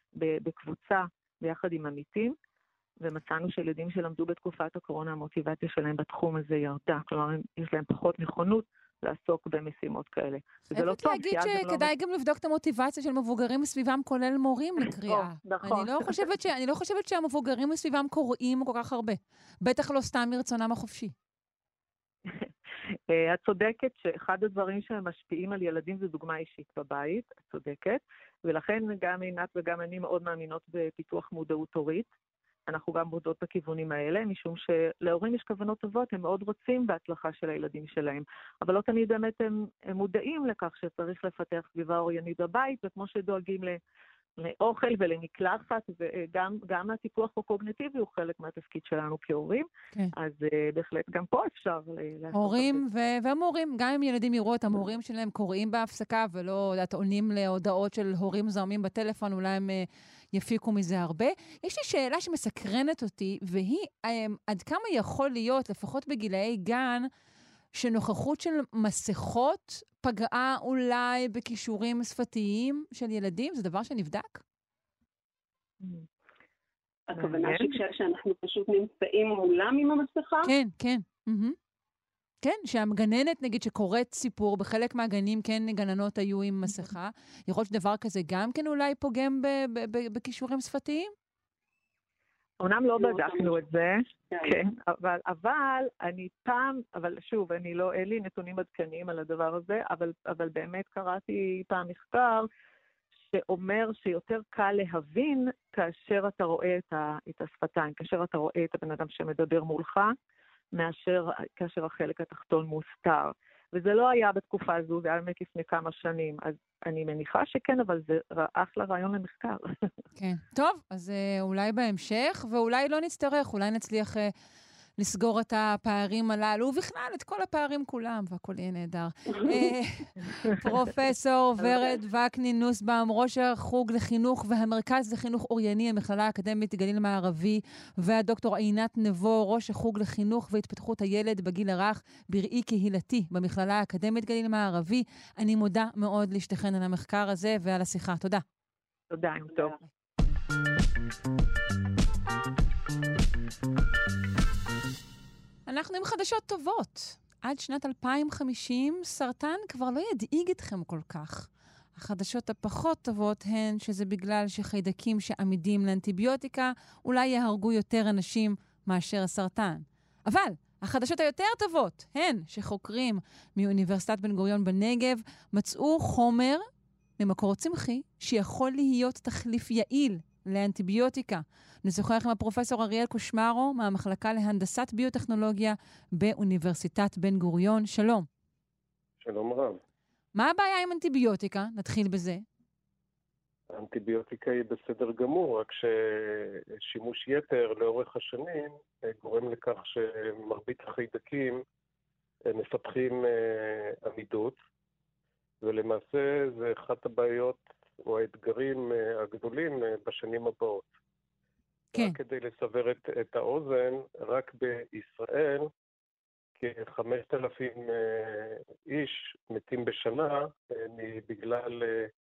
בקבוצה ביחד עם עמיתים, ומצאנו שילדים שלמדו בתקופת הקורונה, המוטיבציה שלהם בתחום הזה ירדה, כלומר יש להם פחות נכונות, לעסוק במשימות כאלה. זה לא טוב. להגיד שכדאי גם לבדוק את המוטיבציה של מבוגרים מסביבם, כולל מורים לקריאה. נכון. אני לא חושבת שהמבוגרים מסביבם קוראים כל כך הרבה. בטח לא סתם מרצונם החופשי. את צודקת שאחד הדברים שמשפיעים על ילדים זה דוגמה אישית בבית, את צודקת, ולכן גם עינת וגם אני מאוד מאמינות בפיתוח מודעות הורית. אנחנו גם מודעות בכיוונים האלה, משום שלהורים יש כוונות טובות, הם מאוד רוצים בהצלחה של הילדים שלהם, אבל לא תמיד באמת הם, הם מודעים לכך שצריך לפתח סביבה אוריינית בבית, וכמו שדואגים לאוכל ולמקלחת, וגם גם הטיפוח הקוגניטיבי הוא חלק מהתפקיד שלנו כהורים, כן. אז uh, בהחלט גם פה אפשר לעשות... הורים ו- והמורים, גם אם ילדים יראו את המורים שלהם קוראים בהפסקה, ולא יודעת, עונים להודעות של הורים זרמים בטלפון, אולי הם uh, יפיקו מזה הרבה. יש לי שאלה שמסקרנת אותי, והיא um, עד כמה יכול להיות, לפחות בגילאי גן, שנוכחות של מסכות פגעה אולי בכישורים שפתיים של ילדים? זה דבר שנבדק? הכוונה שאנחנו פשוט נמצאים מולם עם המסכה? כן, כן. כן, שהגננת, נגיד, שקוראת סיפור, בחלק מהגנים כן גננות היו עם מסכה, יכול להיות שדבר כזה גם כן אולי פוגם בכישורים שפתיים? אומנם לא בדקנו את זה, כן, אבל, אבל אני פעם, אבל שוב, אני לא, אין לי נתונים עדכניים על הדבר הזה, אבל, אבל באמת קראתי פעם מחקר שאומר שיותר קל להבין כאשר אתה רואה את, ה, את השפתיים, כאשר אתה רואה את הבן אדם שמדבר מולך, מאשר כאשר החלק התחתון מוסתר. וזה לא היה בתקופה הזו, זה היה באמת לפני כמה שנים. אז אני מניחה שכן, אבל זה אחלה רעיון למחקר. כן. טוב, אז אה, אולי בהמשך, ואולי לא נצטרך, אולי נצליח אה, לסגור את הפערים הללו, ובכלל את כל הפערים כולם, והכל יהיה נהדר. אה, פרופסור ורד וקנין נוסבאום, ראש החוג לחינוך והמרכז לחינוך אורייני, המכללה האקדמית גליל מערבי, והדוקטור עינת נבו, ראש החוג לחינוך והתפתחות הילד בגיל הרך, בראי קהילתי במכללה האקדמית גליל מערבי. אני מודה מאוד להשתכן על המחקר הזה ועל השיחה. תודה. תודה, יום טוב. אנחנו עם חדשות טובות. עד שנת אלפיים וחמישים סרטן כבר לא ידאיג אתכם כל כך. החדשות הפחות טובות הן שזה בגלל שחיידקים שעמידים לאנטיביוטיקה אולי יהרגו יותר אנשים מאשר הסרטן. אבל החדשות היותר טובות הן שחוקרים מאוניברסיטת בן גוריון בנגב מצאו חומר ממקור צמחי שיכול להיות תחליף יעיל לאנטיביוטיקה. נשוחח עם הפרופסור אריאל קושמרו מהמחלקה להנדסת ביוטכנולוגיה באוניברסיטת בן גוריון. שלום. שלום רב. מה הבעיה עם אנטיביוטיקה? נתחיל בזה. האנטיביוטיקה היא בסדר גמור, רק ששימוש יתר לאורך השנים גורם לכך שמרבית החיידקים מפתחים עמידות, ולמעשה זה אחת הבעיות או האתגרים הגדולים בשנים הבאות. כן. רק כדי לסבר את, את האוזן, רק בישראל כ-חמשת אלפים איש מתים בשנה בגלל,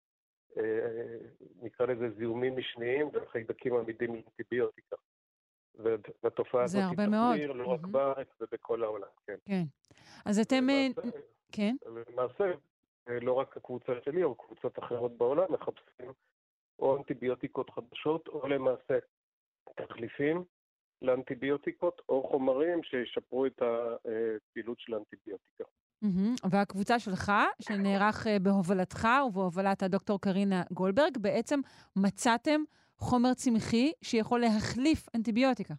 נקרא לזה, זיהומים משניים וחיידקים עמידים לאנטיביוטיקה. והתופעה הזאת תחמיר לא רק בארץ ובכל העולם. כן. כן. אז אתם... למעשה, כן. למעשה, לא רק הקבוצה שלי או קבוצות אחרות בעולם מחפשים או אנטיביוטיקות חדשות או למעשה תחליפים לאנטיביוטיקות או חומרים שישפרו את הפעילות של האנטיביוטיקה. והקבוצה שלך, שנערך בהובלתך ובהובלת הדוקטור קרינה גולדברג, בעצם מצאתם חומר צמחי שיכול להחליף אנטיביוטיקה.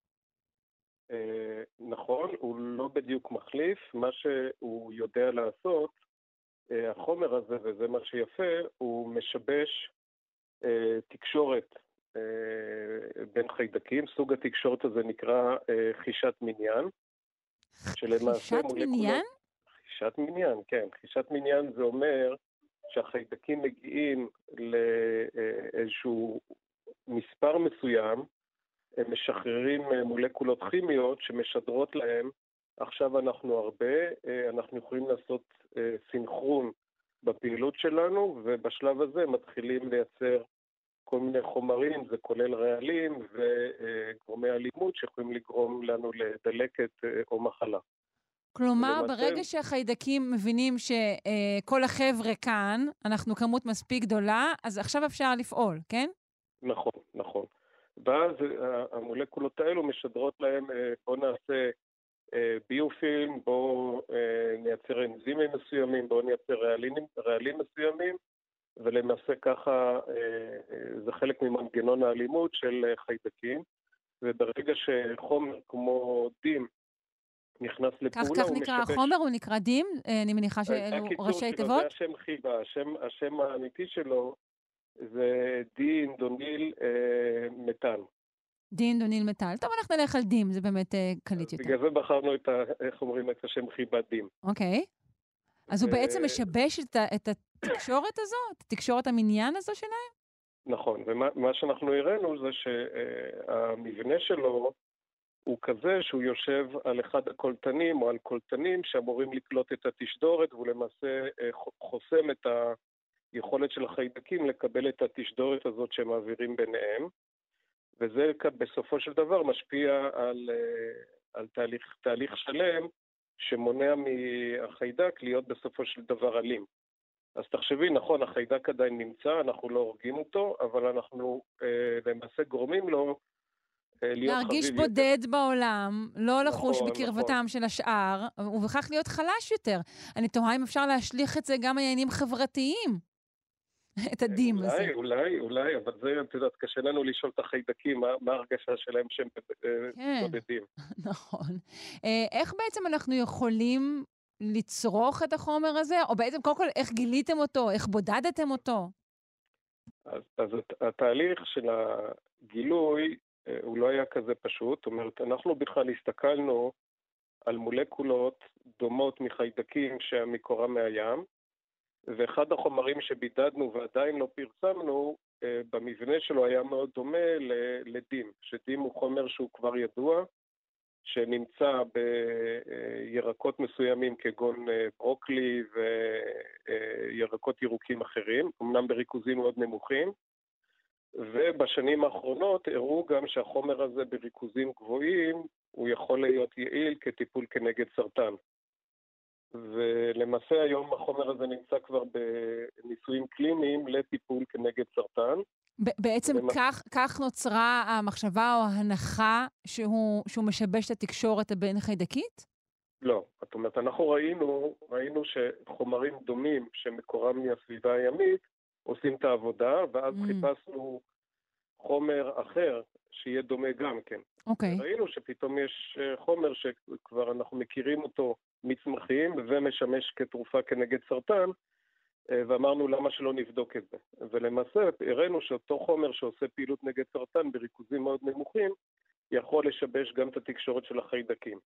נכון, הוא לא בדיוק מחליף. מה שהוא יודע לעשות, החומר הזה, וזה מה שיפה, הוא משבש תקשורת בין חיידקים. סוג התקשורת הזה נקרא חישת מניין. חישת מניין? חישת מניין, כן. חישת מניין זה אומר שהחיידקים מגיעים לאיזשהו מספר מסוים, הם משחררים מולקולות כימיות שמשדרות להם, עכשיו אנחנו הרבה, אנחנו יכולים לעשות סינכרון בפעילות שלנו, ובשלב הזה מתחילים לייצר כל מיני חומרים, זה כולל רעלים וגורמי אלימות שיכולים לגרום לנו לדלקת או מחלה. כלומר, ולמעשה... ברגע שהחיידקים מבינים שכל החבר'ה כאן, אנחנו כמות מספיק גדולה, אז עכשיו אפשר לפעול, כן? נכון, נכון. ואז המולקולות האלו משדרות להם, בוא נעשה ביופילם, בואו נייצר אנזימים מסוימים, בואו נייצר רעלים, רעלים מסוימים, ולמעשה ככה זה חלק ממנגנון האלימות של חיידקים, וברגע שחומר כמו דים נכנס לפעולה, כך, כך נקרא החומר, הוא נקרא דים? אני מניחה שאלו ראשי תיבות? זה השם חיבה, השם, השם האמיתי שלו זה די-אינדוניל אה, מתן. די-אינדוניל מתן. טוב, אנחנו נלך על דים, זה באמת אה, קליט יותר. בגלל זה בחרנו את ה... איך אומרים את השם חיבת דים. אוקיי. אז הוא ו- בעצם משבש את, ה- את התקשורת הזו? את תקשורת המניין הזו שלהם? נכון, ומה מה שאנחנו הראינו זה שהמבנה שלו הוא כזה שהוא יושב על אחד הקולטנים או על קולטנים שאמורים לקלוט את התשדורת, והוא למעשה אה, ח- חוסם את היכולת של החיידקים לקבל את התשדורת הזאת שהם מעבירים ביניהם, וזה כ- בסופו של דבר משפיע על, אה, על תהליך, תהליך שלם שמונע מהחיידק להיות בסופו של דבר אלים. אז תחשבי, נכון, החיידק עדיין נמצא, אנחנו לא הורגים אותו, אבל אנחנו אה, למעשה גורמים לו אה, להיות להרגיש חביב בודד יותר. בעולם, לא לחוש נכון, בקרבתם נכון. של השאר, ובכך להיות חלש יותר. אני תוהה אם אפשר להשליך את זה גם על עניינים חברתיים, את הדים הזה. אולי, אולי, אולי, אבל זה, את יודעת, קשה לנו לשאול את החיידקים, מה, מה ההרגשה שלהם שהם אה, כן. בודדים. נכון. אה, איך בעצם אנחנו יכולים לצרוך את החומר הזה? או בעצם, קודם כל, איך גיליתם אותו? איך בודדתם אותו? אז, אז הת- התהליך של הגילוי אה, הוא לא היה כזה פשוט, זאת אומרת, אנחנו בכלל הסתכלנו על מולקולות דומות מחיידקים שמקורם מהים, ואחד החומרים שבידדנו ועדיין לא פרסמנו, אה, במבנה שלו היה מאוד דומה ל- לדים, שדים הוא חומר שהוא כבר ידוע, שנמצא בירקות מסוימים כגון אה, ברוקלי וירקות ירוקים אחרים, אמנם בריכוזים מאוד נמוכים, ובשנים האחרונות הראו גם שהחומר הזה בריכוזים גבוהים הוא יכול להיות יעיל כטיפול כנגד סרטן. ולמעשה היום החומר הזה נמצא כבר בניסויים קליניים לטיפול כנגד סרטן. ב- בעצם ולמע- כך, כך נוצרה המחשבה או ההנחה שהוא, שהוא משבש את התקשורת הבין חיידקית? לא, זאת אומרת, אנחנו ראינו, ראינו שחומרים דומים שמקורם מהסביבה הימית עושים את העבודה, ואז Mm. חיפשנו חומר אחר שיהיה דומה גם כן. אוקיי. ראינו שפתאום יש אה, חומר שכבר אנחנו מכירים אותו מצמחים ומשמש כתרופה כנגד סרטן, אה, ואמרנו למה שלא נבדוק את זה. ולמעשה הראינו שאותו חומר שעושה פעילות נגד סרטן בריכוזים מאוד נמוכים, יכול לשבש גם את התקשורת של החיידקים.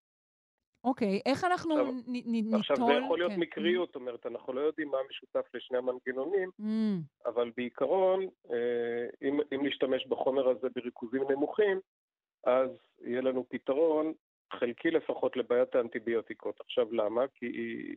אוקיי, איך אנחנו עכשיו- נ- נ- ניטול... עכשיו זה יכול להיות כן. מקריות, זאת אומרת, אנחנו לא יודעים מה משותף לשני המנגנונים, Mm. אבל בעיקרון, אה, אם, אם נשתמש בחומר הזה בריכוזים נמוכים, אז יהיה לנו פתרון, חלקי לפחות, לבעיית האנטיביוטיקות. עכשיו למה? כי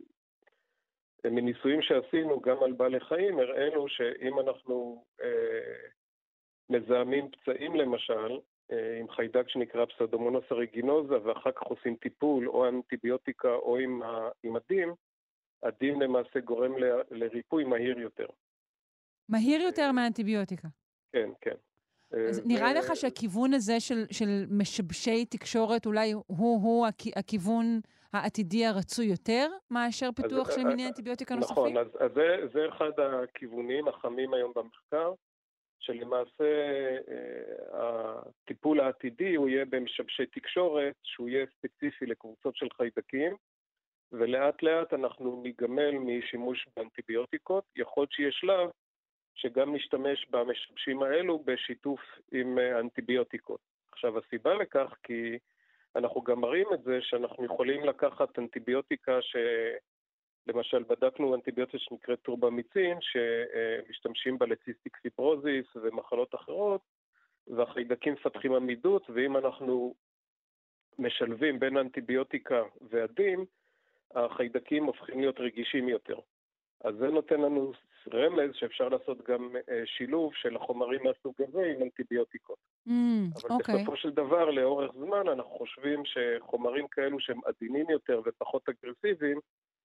מניסויים שעשינו גם על בעלי חיים, הראינו שאם אנחנו אה, מזהמים פצעים למשל, אה, עם חיידק שנקרא פסאודומונוס אריגינוזה, ואחר כך עושים טיפול או אנטיביוטיקה או עם, ה, עם הדים, הדים למעשה גורם ל, לריפוי מהיר יותר. מהיר יותר מהאנטיביוטיקה. כן, כן. אז אה, נראה ו- לך שהכיוון הזה של, של משבשי תקשורת אולי הוא-הוא הכ- הכיוון העתידי הרצוי יותר, מאשר פיתוח אז- של אה, מיני אה, אנטיביוטיקה נכון, נוספים? אז, אז זה, זה אחד הכיוונים החמים היום במחקר, שלמעשה אה, הטיפול העתידי הוא יהיה במשבשי תקשורת, שהוא יהיה ספציפי לקבוצות של חיידקים, ולאט לאט אנחנו ניגמל משימוש באנטיביוטיקות. יכול להיות שיש שלב שגם נשתמש במשבשים האלו בשיתוף עם אה, אנטיביוטיקות. עכשיו, הסיבה לכך כי אנחנו גם מראים את זה שאנחנו יכולים לקחת אנטיביוטיקה ש... למשל, בדקנו אנטיביוטיקה שנקראת טורבמיצין, שמשתמשים בה לציסטיק פיברוזיס ומחלות אחרות, והחיידקים מפתחים עמידות, ואם אנחנו משלבים בין האנטיביוטיקה והדים, החיידקים הופכים להיות רגישים יותר. אז זה נותן לנו רמז שאפשר לעשות גם שילוב של החומרים מהסוג הזה עם אנטיביוטיקות. Mm, אבל אוקיי. בסופו של דבר, לאורך זמן, אנחנו חושבים שחומרים כאלו שהם עדינים יותר ופחות אגרסיביים,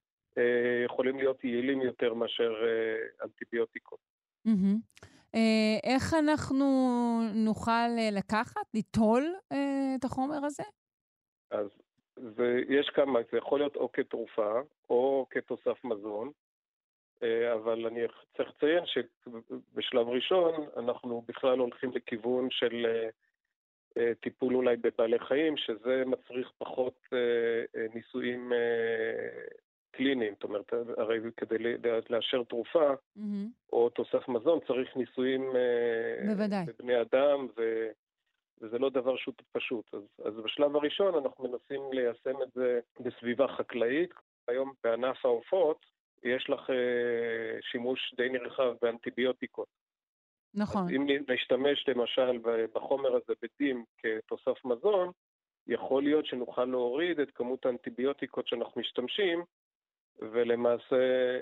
יכולים להיות יעילים יותר מאשר אנטיביוטיקות. מהמם. אה, איך אנחנו נוכל אה, לקחת, ליטול אה, את החומר הזה? אז זה, יש כמה, זה יכול להיות או כתרופה או כתוסף מזון, אה, אבל אני צריך לציין שבשלב ראשון אנחנו בכלל הולכים לכיוון של אה, אה, טיפול אולי בבעלי חיים, שזה מצריך פחות אה, אה, ניסויים אה, קליניים, זאת אומרת, הרי כדי לאשר תרופה, מהמם. או או תוסף מזון, צריך ניסויים בוודאי. בבני אדם, ו... וזה לא דבר שהוא פשוט. אז, אז בשלב הראשון אנחנו מנסים ליישם את זה בסביבה חקלאית. היום בענף העופות יש לך שימוש די נרחב באנטיביוטיקות. נכון. אז אם נשתמש למשל בחומר הזה בדים כתוסף מזון, יכול להיות שנוכל להוריד את כמות האנטיביוטיקות שאנחנו משתמשים, ולמעשה,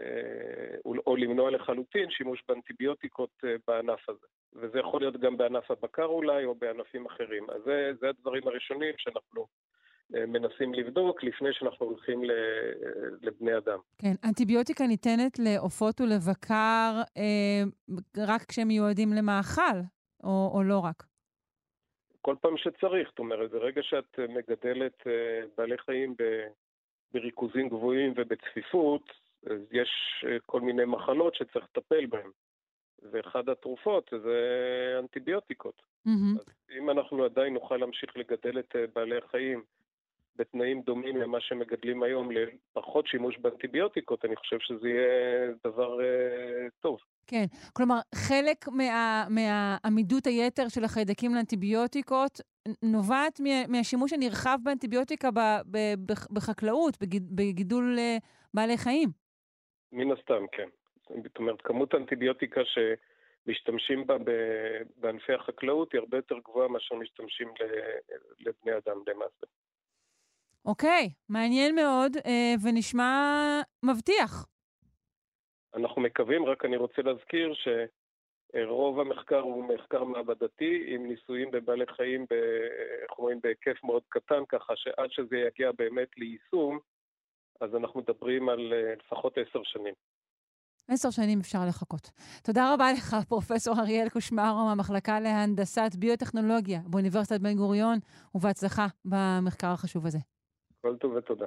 או למנוע לחלוטין שימוש באנטיביוטיקות בענף הזה. וזה יכול להיות גם בענף הבקר אולי, או בענפים אחרים. אז זה, זה הדברים הראשונים שאנחנו מנסים לבדוק, לפני שאנחנו הולכים לבני אדם. כן, אנטיביוטיקה ניתנת לעופות ולבקר אה, רק כשהם מיועדים למאכל, או, או לא רק? כל פעם שצריך, זאת אומרת, ברגע שאת מגדלת בעלי חיים ב... בריכוזים גבוהים ובצפיפות, אז יש כל מיני מחלות שצריך לטפל בהן. ואחד התרופות זה אנטיביוטיקות. Mm-hmm. אז אם אנחנו עדיין נוכל להמשיך לגדל את בעלי החיים בתנאים דומים למה שמגדלים היום לפחות שימוש באנטיביוטיקות, אני חושב שזה יהיה דבר uh, טוב. כן, כלומר, חלק מה, מהעמידות היתר של החיידקים לאנטיביוטיקות נובעת מהשימוש הנרחב באנטיביוטיקה ב, ב, ב, בחקלאות, בגידול בעלי חיים. מן הסתם, כן. זאת אומרת, כמות האנטיביוטיקה שמשתמשים בה בענפי החקלאות היא הרבה יותר גבוהה מאשר משתמשים לבני אדם למעשה. אוקיי, מעניין מאוד ונשמע מבטיח. אנחנו מקווים, רק אני רוצה להזכיר שרוב המחקר הוא מחקר מעבדתי, עם ניסויים בבעלי חיים, איך אומרים, בהיקף מאוד קטן, ככה שעד שזה יגיע באמת ליישום, אז אנחנו מדברים על לפחות עשר שנים. עשר שנים אפשר לחכות. תודה רבה לך, פרופסור אריאל קושמרו, מהמחלקה להנדסת ביוטכנולוגיה באוניברסיטת בן גוריון, ובהצלחה במחקר החשוב הזה. כל טוב ותודה.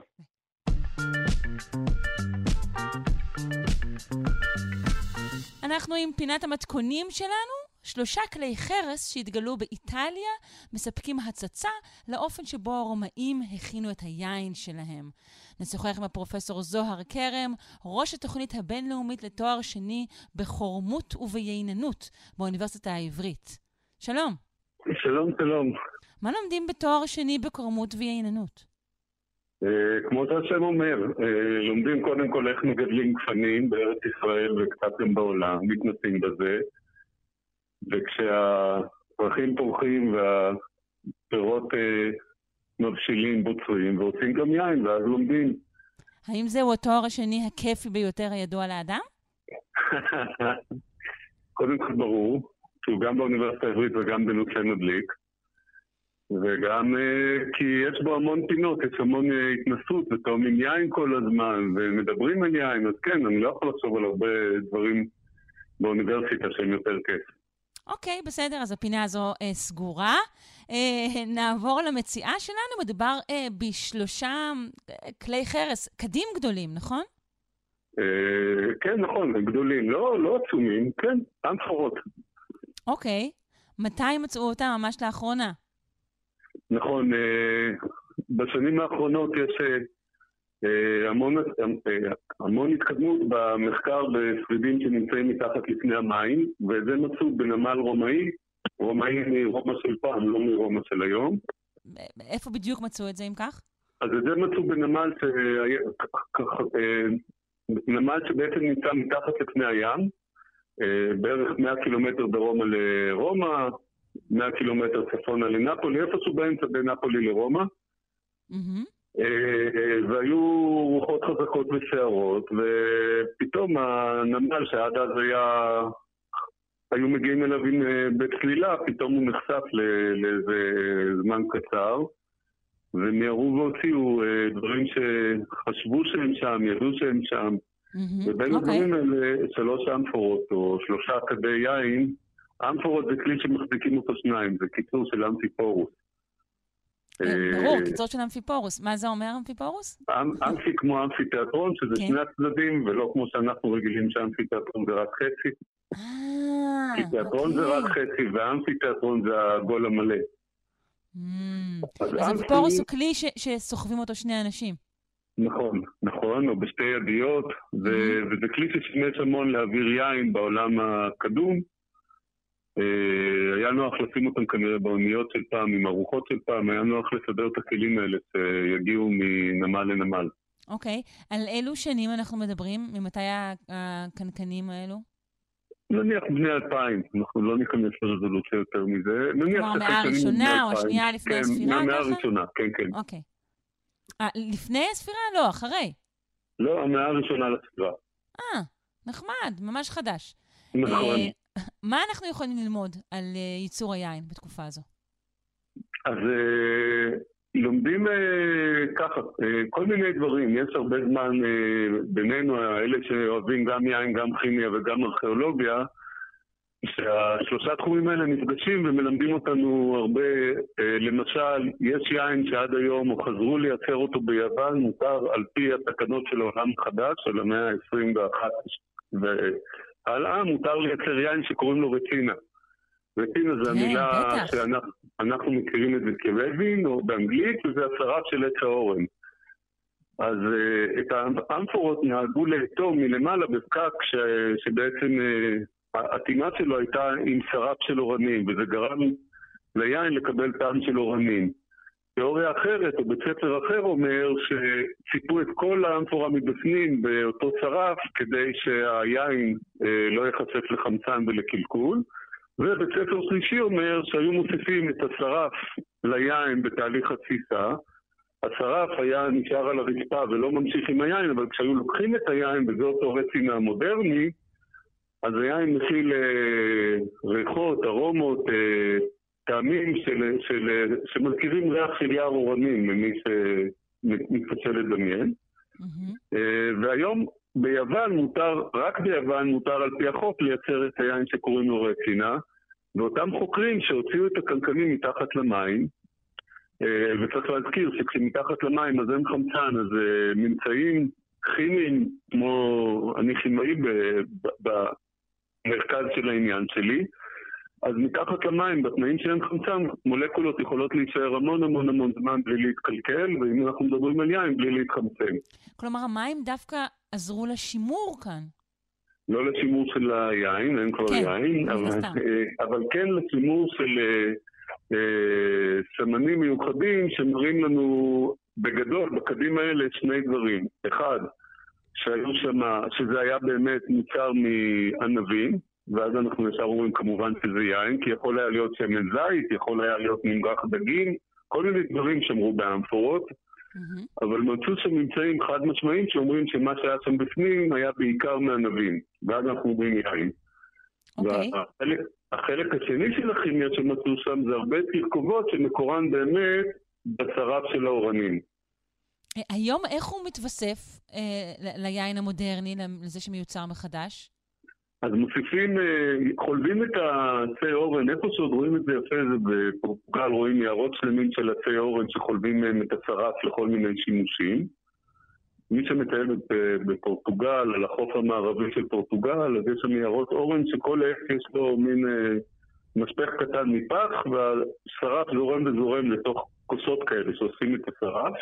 אנחנו עם פינת המתכונים שלנו. שלושה כלי חרס שהתגלו באיטליה מספקים הצצה לאופן שבו הרומאים הכינו את היין שלהם. נשוחח עם הפרופסור זוהר קרם, ראש התוכנית הבינלאומית לתואר שני בחורמות ובייננות באוניברסיטה העברית. שלום. שלום, שלום. מה לומדים בתואר שני בחורמות וייננות? כמו שהשם אומר, לומדים קודם כל איך מגדלים גפנים בארץ ישראל וקצת גם בעולם, מתנסים בזה, וכשהפרחים פורחים והפירות מבשילים בוצרים ועושים גם יין, ואז לומדים. האם זהו התואר השני הכיפי ביותר הידוע לאדם? קודם כל ברור, שהוא גם באוניברסיטה העברית וגם בנושא מדליק. וגם כי יש בו המון פינות, יש המון התנסות, ותאומים יין כל הזמן, ומדברים על יין, אז כן, אני לא יכול לחשוב על הרבה דברים באוניברסיטה שהם יותר כיף. אוקיי, בסדר, אז הפינה הזו אה, סגורה. אה, נעבור למציאה שלנו, מדובר אה, בשלושה אה, כלי חרס, קדים גדולים, נכון? אה, כן, נכון, הם גדולים, לא, לא עצומים, כן, אמפורות. אוקיי, מתי מצאו אותם ממש לאחרונה? נכון, בשנים האחרונות יש המון, המון התקדמות במחקר בשרידים שנמצאים מתחת לפני המים, וזה מצאו בנמל רומאי, רומאי מרומא של פעם, לא מרומא של היום. איפה בדיוק מצאו את זה אם כך? אז את זה מצאו בנמל, ש... נמל שבעצם נמצא מתחת לפני הים, בערך מאה קילומטר דרומה לרומא, מאה קילומטר צפונה לנפולי, איפשהו באמצע בין נפולי לרומא. והיו רוחות חזקות ושערות, ופתאום הנמל שעד אז היה, היו מגיעים אליו בצלילה, פתאום הוא נחשף לאיזה זמן קצר, ומיהרו והוציאו דברים שחשבו שהם שם, ידעו שהם שם, ובין הדברים האלה שלוש אמפורות או שלושה כדי יין. אמפורות זה כלי שמחזיקים אותו שניים, זה קיצור של אמפיפורוס. ברור, קיצור של אמפיפורוס. מה זה אומר אמפיפורוס? אמפי כמו אמפיתיאטרון, שזה שני הצדדים, ולא כמו שאנחנו רגילים שאמפיתיאטרון זה רק חצי. כי תיאטרון זה רק חצי, ואמפיתיאטרון זה הגול המלא. אז אמפיפורוס הוא כלי שסוחבים אותו שני אנשים. נכון, נכון, או בשתי ידיות, ו- וזה כלי ששימש המון להעביר יין בעולם הקדום. היה נוח לשים אותם כנראה באוניות של פעם, עם ארוחות של פעם, היה נוח לסדר את הכלים האלה שיגיעו מנמל לנמל. אוקיי, על אילו שנים אנחנו מדברים? ממתי הקנקנים האלו? נניח בני אלפיים, אנחנו לא ניכנס לרזולוציה יותר מזה. כמו המאה הראשונה או השנייה לפני הספירה ככה? כן, המאה הראשונה, כן, כן. אוקיי. לפני הספירה? לא, אחרי. לא, המאה הראשונה לספירה. אה, נחמד, ממש חדש. נכון. מה אנחנו יכולים ללמוד על ייצור היין בתקופה הזו? אז לומדים ככה, כל מיני דברים. יש הרבה זמן בינינו, האלה שאוהבים גם יין, גם כימיה וגם ארכיאולוגיה, שהשלושה תחומים האלה נפגשים ומלמדים אותנו הרבה. למשל, יש יין שעד היום, או חזרו לייצר אותו ביוון, מותר על פי התקנות של העולם חדש, של המאה ה-עשרים ואחת, והלאה מותר לייצר יין שקוראים לו רצינה. רצינה זה המילה שאנחנו מכירים את זה כרבין, או באנגלית, וזה השרף של עץ האורן. אז את האמפורות נהגו לאטום מלמעלה בפקק שבעצם העטימה שלו הייתה עם שרף של אורנים, וזה גרם ליין לקבל טעם של אורנים. תיאוריה אחרת, או בית ספר אחר אומר שציפו את כל האמפורה מבפנים באותו שרף, כדי שהיין לא יחשף לחמצן ולקלקול. ובית ספר שלישי אומר שהיו מוסיפים את השרף ליין בתהליך התסיסה. השרף היה נשאר על הרצפה ולא ממשיך עם היין, אבל כשהיו לוקחים את היין, וזה אותו רצינה המודרני, אז היין מכיל ריחות, ארומות, טעמים של, של, שמזכירים ריח של יער אורנים, למי שמתקשה לדמיין. Mm-hmm. והיום ביוון מותר, רק ביוון מותר על פי החוק לייצר את היין שקוראים לו רצינה, ואותם חוקרים שהוציאו את הקנקנים מתחת למים, וצריך להזכיר שכשמתחת למים אז אין חמצן, אז ממצאים כימיים, כמו אני כימאי במרכז של העניין שלי, אז מתחת למים, בתנאים שאין חמצן, מולקולות יכולות להישאר המון המון המון זמן בלי להתקלקל, ואם אנחנו מדברים על יין, בלי להתחמצן. כלומר, המים דווקא עזרו לשימור כאן. לא לשימור של היין, אין כבר כן, יין, אבל, אבל כן לשימור של אה, סמנים מיוחדים שמראים לנו בגדול, בקדים האלה, שני דברים. אחד, שהיו שמה, שזה היה באמת מוצר מענבים, ואז אנחנו ישר אומרים כמובן שזה יין, כי יכול היה להיות שמן זית, יכול היה להיות ממרח דגים, כל מיני דברים שמרו באמפורות, mm-hmm. אבל מצאו שממצאים חד משמעיים שאומרים שמה שהיה שם בפנים היה בעיקר מענבים, ואז אנחנו אומרים יין. Okay. והחלק, החלק השני של הכימיה שמצאו שם זה הרבה תרכובות שמקורן באמת בשרף של האורנים. היום איך הוא מתווסף אה, ליין המודרני, לזה שמיוצר מחדש? אז מוסיפים, חולבים את עצי אורן, איפה שעוד רואים את זה יפה, זה בפורטוגל רואים יערות שלמים של עצי אורן שחולבים את השרף לכל מיני שימושים. מי שמטייל בפורטוגל, על החוף המערבי של פורטוגל, אז יש שם יערות אורן שכל עץ יש לו מין משפך קטן מפח, והשרף זורם וזורם לתוך כוסות כאלה שעושים את השרף.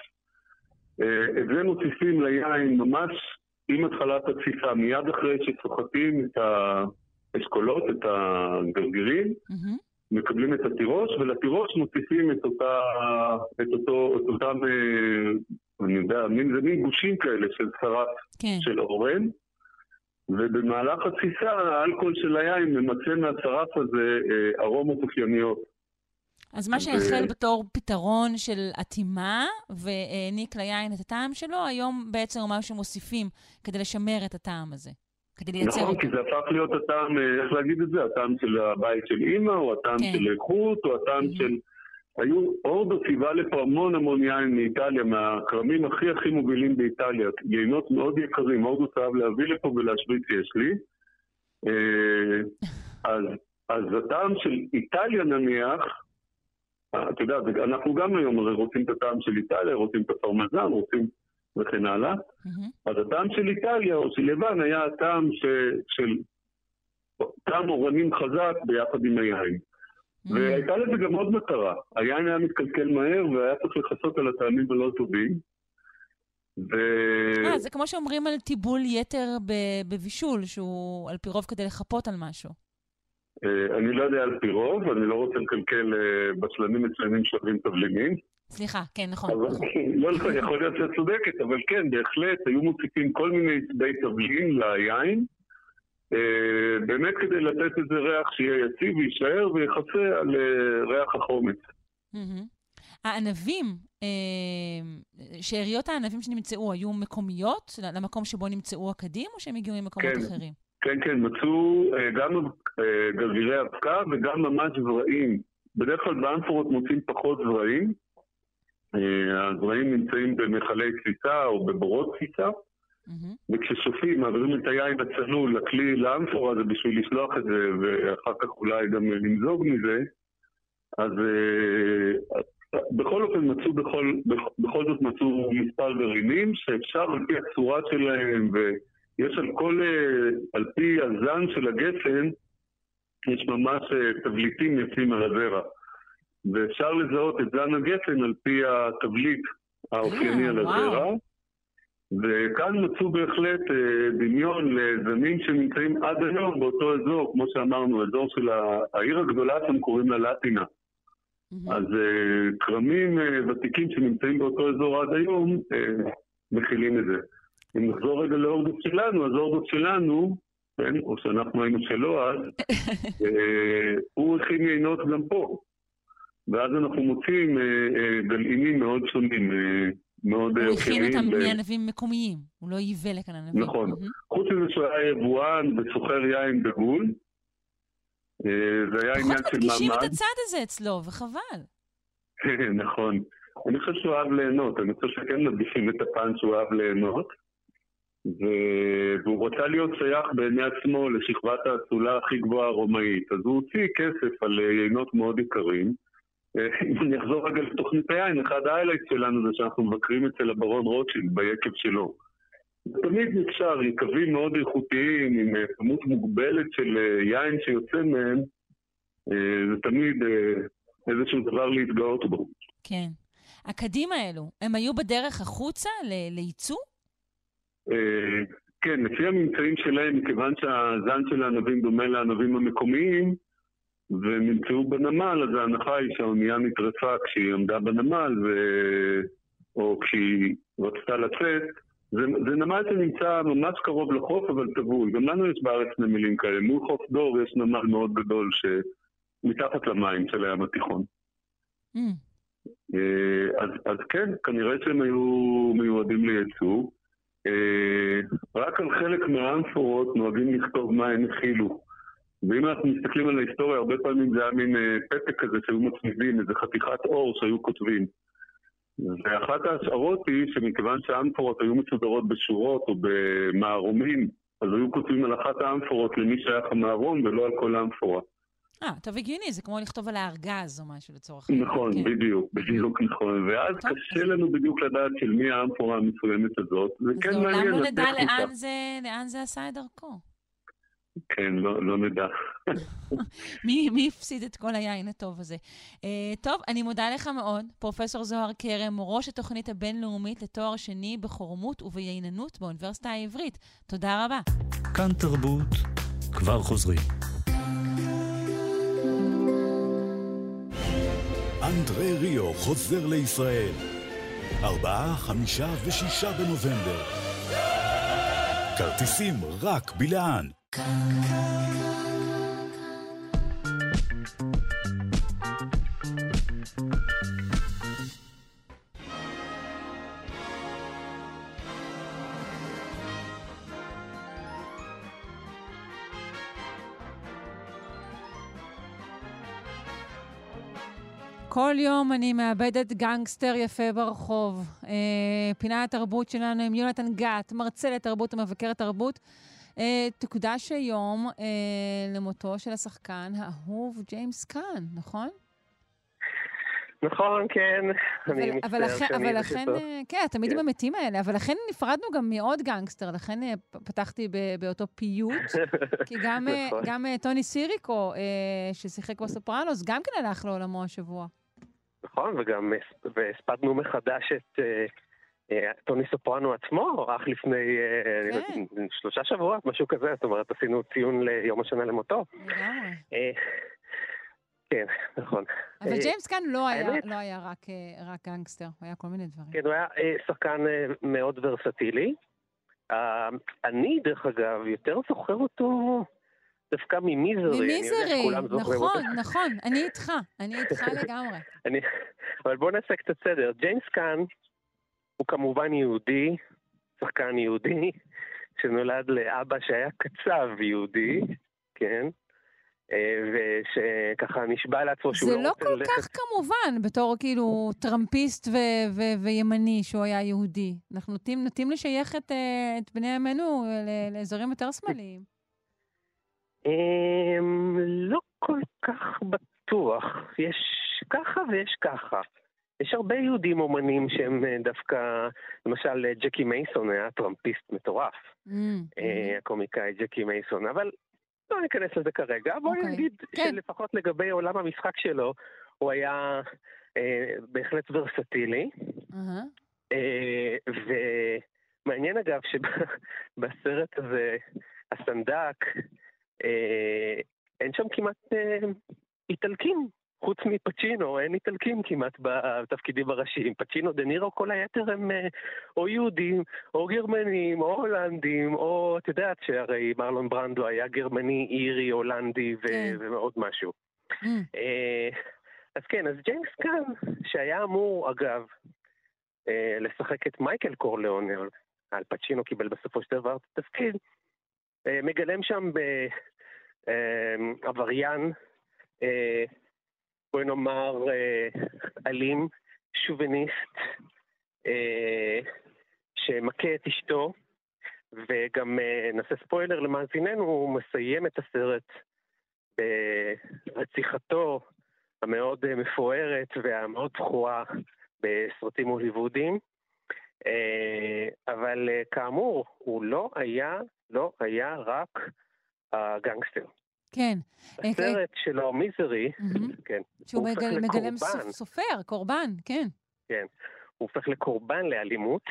את זה מוסיפים ליין ממש עם התחלת התסיסה, מיד אחרי שסוחטים את האשכולות, את הגרגירים, mm-hmm. מקבלים את התירוש, ולתירוש מוסיפים את אותה, את אותו, את אותם, אני יודע, מין, זה מין גושים כאלה של שרף כן. של אורן, ובמהלך התסיסה, האלכוהול של היין ממצא מהשרף הזה ארומות אופייניות. אז מה שהחל בתור פתרון של עטימה והעניק ליין את הטעם שלו, היום בעצם הוא מה שמוסיפים כדי לשמר את הטעם הזה, כדי לייצר אותו. נכון, כי זה הפך להיות הטעם, איך להגיד את זה, הטעם של הבית של אמא, או הטעם של איכות, או הטעם של... היו אורדו ציווה לפה המון המון יין מאיטליה, מהקרמים הכי הכי מובילים באיטליה, יינות מאוד יקרים, אורדו צהב להביא לפה ולהשוויץ יש לי. אז הטעם של איטליה נניח, אתה יודע, אנחנו גם היום הרי רוצים את הטעם של איטליה, רוצים את הפרמזן, רוצים וכן הלאה. אז הטעם של איטליה או של יוון היה הטעם של טעם אורנים חזק ביחד עם היין. והייתה לזה גם עוד מטרה. היין היה מתקלקל מהר והיה צריך לחסות על הטעמים ולא טובים. ו... אה, זה כמו שאומרים על טיבול יתר בבישול, שהוא על פי רוב כדי לחפות על משהו. אני לא יודע על פי רוב, אני לא רוצה לקלקל בשלנים מצוינים שווים תבלינים. סליחה, כן, נכון. לא, לא, יכול להיות שאת צודקת, אבל כן, בהחלט, היו מוסיפים כל מיני צדי תבלין ליין, באמת כדי לתת איזה ריח שיהיה יציב וישאר ויחסה על ריח החומץ. הענבים, שאריות הענבים שנמצאו, היו מקומיות למקום שבו נמצאו הקדים, או שהם הגיעו ממקומות אחרים? כן, כן, מצאו גם גרגירי אבקה וגם ממש זרעים. בדרך כלל באמפורות מוצאים פחות זרעים. הזרעים נמצאים במחלי תסיסה או בבורות תסיסה. וכששופים, מעבירים את היין הצלול לכלי לאמפורה, זה בשביל לשלוח את זה, ואחר כך אולי גם למזוג מזה. אז בכל אופן מצאו, בכל, בכל זאת מצאו מספר גרעינים, שאפשר על פי הצורה שלהם, ויש על כל, על פי הזן של הגפן, יש ממש תבליטים יפים על הזרע. ואפשר לזהות את זן הגפן על פי התבליט האופייני על הזרע. וכאן מצאו בהחלט דמיון לזנים שנמצאים עד היום באותו אזור, כמו שאמרנו, אזור של העיר הגדולה שהם קוראים לה לטינה. אז קרמים ותיקים שנמצאים באותו אזור עד היום מכילים את זה. אם נחזור רגע לאורדוס שלנו, אז אורדוס שלנו, או שאנחנו היינו שלו אז, הוא הכין יינות גם פה. ואז אנחנו מוצאים גלעינים מאוד שונים, מאוד הוא הכין אותם מענבים מקומיים, הוא לא ייבא לכאן ענבים. נכון. חוץ מזה שהוא היה יבואן וסוחר יין בגול, זה היה עניין של מעמד. פחות מדגישים את הצד הזה אצלו, וחבל. נכון. אני חושב שהוא אהב ליהנות, אני חושב שכן מדגישים את הפן שהוא אהב ליהנות, והוא רוצה להיות שייך בעיני עצמו לשכבת האצולה הכי גבוהה הרומאית, אז הוא הוציא כסף על יינות מאוד יקרים. אם אני אחזור רגע לתוכנית היין, אחד ההיילייט שלנו זה שאנחנו מבקרים אצל הברון רוטשילד ביקב שלו. תמיד נקשר יקבים מאוד איכותיים עם כמות מוגבלת של יין שיוצא מהם, זה תמיד איזשהו דבר להתגאות בו. כן. הקדים האלו, הם היו בדרך החוצה לייצוא? כן, לפי הממצאים שלהם, מכיוון שהזן של הענבים דומה לענבים המקומיים, והם נמצאו בנמל, אז ההנחה היא שהאונייה נטרפה כשהיא עמדה בנמל, ו... או כשהיא רצתה לצאת. זה, זה נמל שנמצא ממש קרוב לחוף, אבל טבול. גם לנו יש בארץ נמלים כאלה. מול חוף דור יש נמל מאוד גדול שמתחת למים של הים התיכון. Mm. אז, אז כן, כנראה שהם היו מיועדים לייצוא. רק על חלק מהאמפורות נוהגים לכתוב מה הם הכילו. ואם אנחנו מסתכלים על ההיסטוריה, הרבה פעמים זה היה מין פתק כזה שהיו מצמידים, איזה חתיכת אור שהיו כותבים. ואחת ההשערות היא שמכיוון שהאמפורות היו מסודרות בשורות או במערומים, אז היו כותבים על אחת האמפורות למי שייך המערום ולא על כל האמפורה. אה, טוב הגיוני, זה כמו לכתוב על הארגז או משהו לצורך העניין. נכון, כן. בדיוק, בדיוק נכון. ואז טוב, קשה לנו בדיוק לדעת של מי האמפורה המסוימת הזאת. אז לעולם לא נדע לאן זה, לאן זה עשה את דרכו. כן, לא, לא נדע. מי, מי הפסיד את כל היין הטוב הזה? Uh, טוב, אני מודה לך מאוד, פרופסור זוהר כרם, ראש התוכנית הבינלאומית לתואר שני בחורמות ובייננות באוניברסיטה העברית. תודה רבה. כאן תרבות, כבר חוזרים. אנדרי ריו חוזר לישראל. ארבעה, חמישה ושישה בנובמבר. כרטיסים רק בלען. כל יום אני מאבדת גנגסטר יפה ברחוב. אה, פינת התרבות שלנו עם יונתן גת, מרצה לתרבות ומבקר תרבות. אה, תוקדש היום אה, למותו של השחקן האהוב ג'יימס קאן, נכון? נכון, כן. אבל, אבל, לכן, אבל לכן, כן, תמיד עם המתים האלה, אבל לכן נפרדנו גם מעוד גנגסטר, לכן פתחתי באותו פיוט, כי גם, נכון. גם טוני סיריקו, ששיחק בסופרנוס, גם כן הלך לעולמו השבוע. נכון, וגם והספדנו מחדש את טוני סופרנו עצמו, רק לפני כן. שלושה שבועות, משהו כזה, זאת אומרת, עשינו ציון ליום השנה למותו. לגמרי. כן, נכון. אבל ג'יימס קאן לא היה, לא היה רק, רק גנגסטר, הוא היה כל מיני דברים. כן, הוא היה שחקן מאוד ורסטילי. אני, דרך אגב, יותר זוכר אותו דווקא ממיזרי. ממיזרי, נכון, נכון. אני איתך, אני איתך לגמרי. אבל בואו נעשה קצת סדר. ג'יימס קאן הוא כמובן יהודי, שחקן יהודי, שנולד לאבא שהיה קצב יהודי, כן? ושככה נשבע לעצמו שהוא לא... זה לא כל ללכת... כך כמובן, בתור כאילו טראמפיסט ו- ו- וימני שהוא היה יהודי. אנחנו נוטים, נוטים לשייך את, את בני עמנו לאזורים יותר שמאליים. לא כל כך בטוח. יש ככה ויש ככה. יש הרבה יהודים אומנים שהם דווקא, למשל ג'קי מייסון היה טראמפיסט מטורף. Mm, mm. הקומיקאי ג'קי מייסון, אבל לא ניכנס לזה כרגע. בואי okay. נגיד כן. שלפחות לגבי עולם המשחק שלו, הוא היה אה, בהחלט ורסטילי. Uh-huh. אה, ומעניין אגב שבסרט הזה, הסנדק, אה, אין שם כמעט אה, איטלקים. חוץ מפצ'ינו, אין איטלקים כמעט בתפקידים הראשיים. פצ'ינו, דנירו, כל היתר הם או יהודים, או גרמנים, או הולנדים, או, את יודעת שהרי מרלון ברנדו היה גרמני, אירי, הולנדי ו- ומאוד משהו. Mm. אז כן, אז ג'יימס קאן, שהיה אמור, אגב, לשחק את מייקל קורליאון, על פצ'ינו קיבל בסופו של דבר את התפקיד, מגלם שם בעבריין, בואי נאמר, אלים, שוביניסט, שמכה את אשתו, וגם נעשה ספוילר למאזיננו, הוא מסיים את הסרט ברציחתו המאוד מפוארת והמאוד בחורה בסרטים הוליוודיים, אבל כאמור, הוא לא היה, לא היה רק הגנגסטר. כן. הסרט שלו, מיזרי, כן. שהוא מגלם סופר, קורבן, כן. כן. הוא הופך לקורבן לאלימות.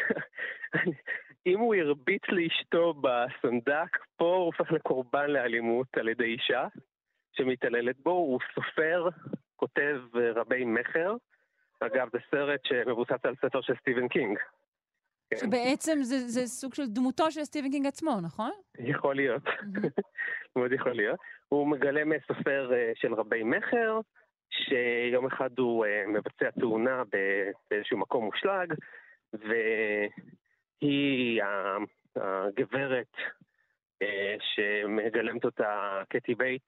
אם הוא הרביץ לאשתו בסנדק, פה הוא הופך לקורבן לאלימות על ידי אישה שמתעללת בו. הוא סופר, כותב רבי מחר. אגב, זה סרט שמבוסס על ספר של סטיבן קינג. שבעצם זה, זה סוג של דמותו של סטיבן קינג עצמו, נכון? יכול להיות. מאוד יכול להיות. הוא מגלם סופר של רבי מחר, שיום אחד הוא מבצע תאונה באיזשהו מקום מושלג, והיא הגברת שמגלמת אותה קטי בייטס,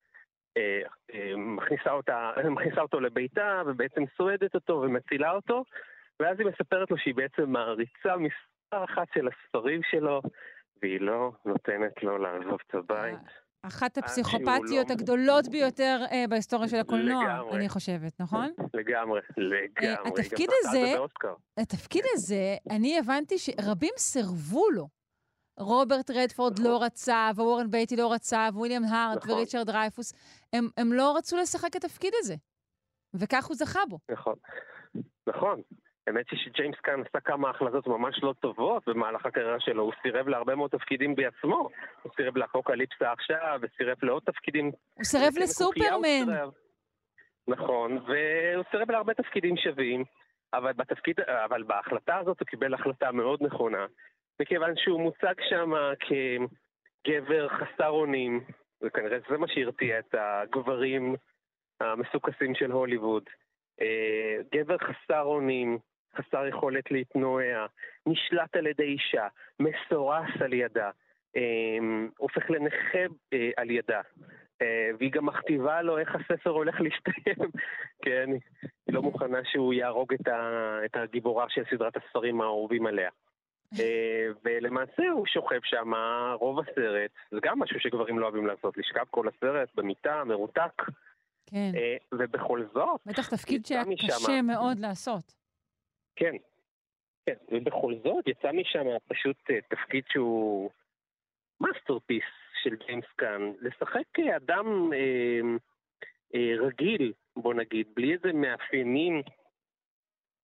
מכניסה אותה, מכניסה אותו לביתה, ובעצם סועדת אותו ומצילה אותו, ואז היא מספרת לו שהיא בעצם מעריצה מספר אחת של הספרים שלו, והיא לא נותנת לו לעזוב את הבית. אחת הפסיכופתיות הגדולות ביותר בהיסטוריה של הקולנוע, אני חושבת, נכון? לגמרי, לגמרי. התפקיד הזה, התפקיד הזה, אני הבנתי שרבים סרבו לו. רוברט רדפורד לא רצה, וורן בייטי לא רצה, וויליאם הארט וריצ'רד דרייפוס, הם לא רצו לשחק את התפקיד הזה. וכך הוא זכה בו. נכון, נכון. האמת היא שג'יימס קאן עשה כמה החלטות ממש לא טובות במהלך הקריירה שלו. הוא סירב להרבה מאוד תפקידים בעצמו. הוא סירב לאפוקליפסה עכשיו, וסירב לעוד תפקידים. הוא סירב לסופרמן. נכון, והוא סירב להרבה תפקידים שווים, אבל בתפקיד, אבל בהחלטה הזאת הוא קיבל החלטה מאוד נכונה, מכיוון שהוא מוצג שם כגבר חסר אונים, וכנראה זה מה שהרתיע את הגברים המסוכסים של הוליווד. גבר חסר אונים, חסר יכולת להתנועע, נשלט על ידי אישה, מסורס על ידה, הופך לנכה על ידה, והיא גם מכתיבה לו איך הספר הולך להסתיים, כן, היא לא מוכנה שהוא יהרוג את הגיבורה של סדרת הספרים האהובים עליה. ולמעשה הוא שוכב שם רוב הסרט, זה גם משהו שגברים לא אוהבים לעשות, לשכב כל הסרט במיטה, מרותק. כן. ובכל זאת... בטח תפקיד שהיה קשה מאוד לעשות. כן. כן, ובכל זאת יצא משם פשוט תפקיד שהוא מאסטרפיס של ג'יימס קאן, לשחק כאדם אה, אה, רגיל, בוא נגיד, בלי איזה מאפיינים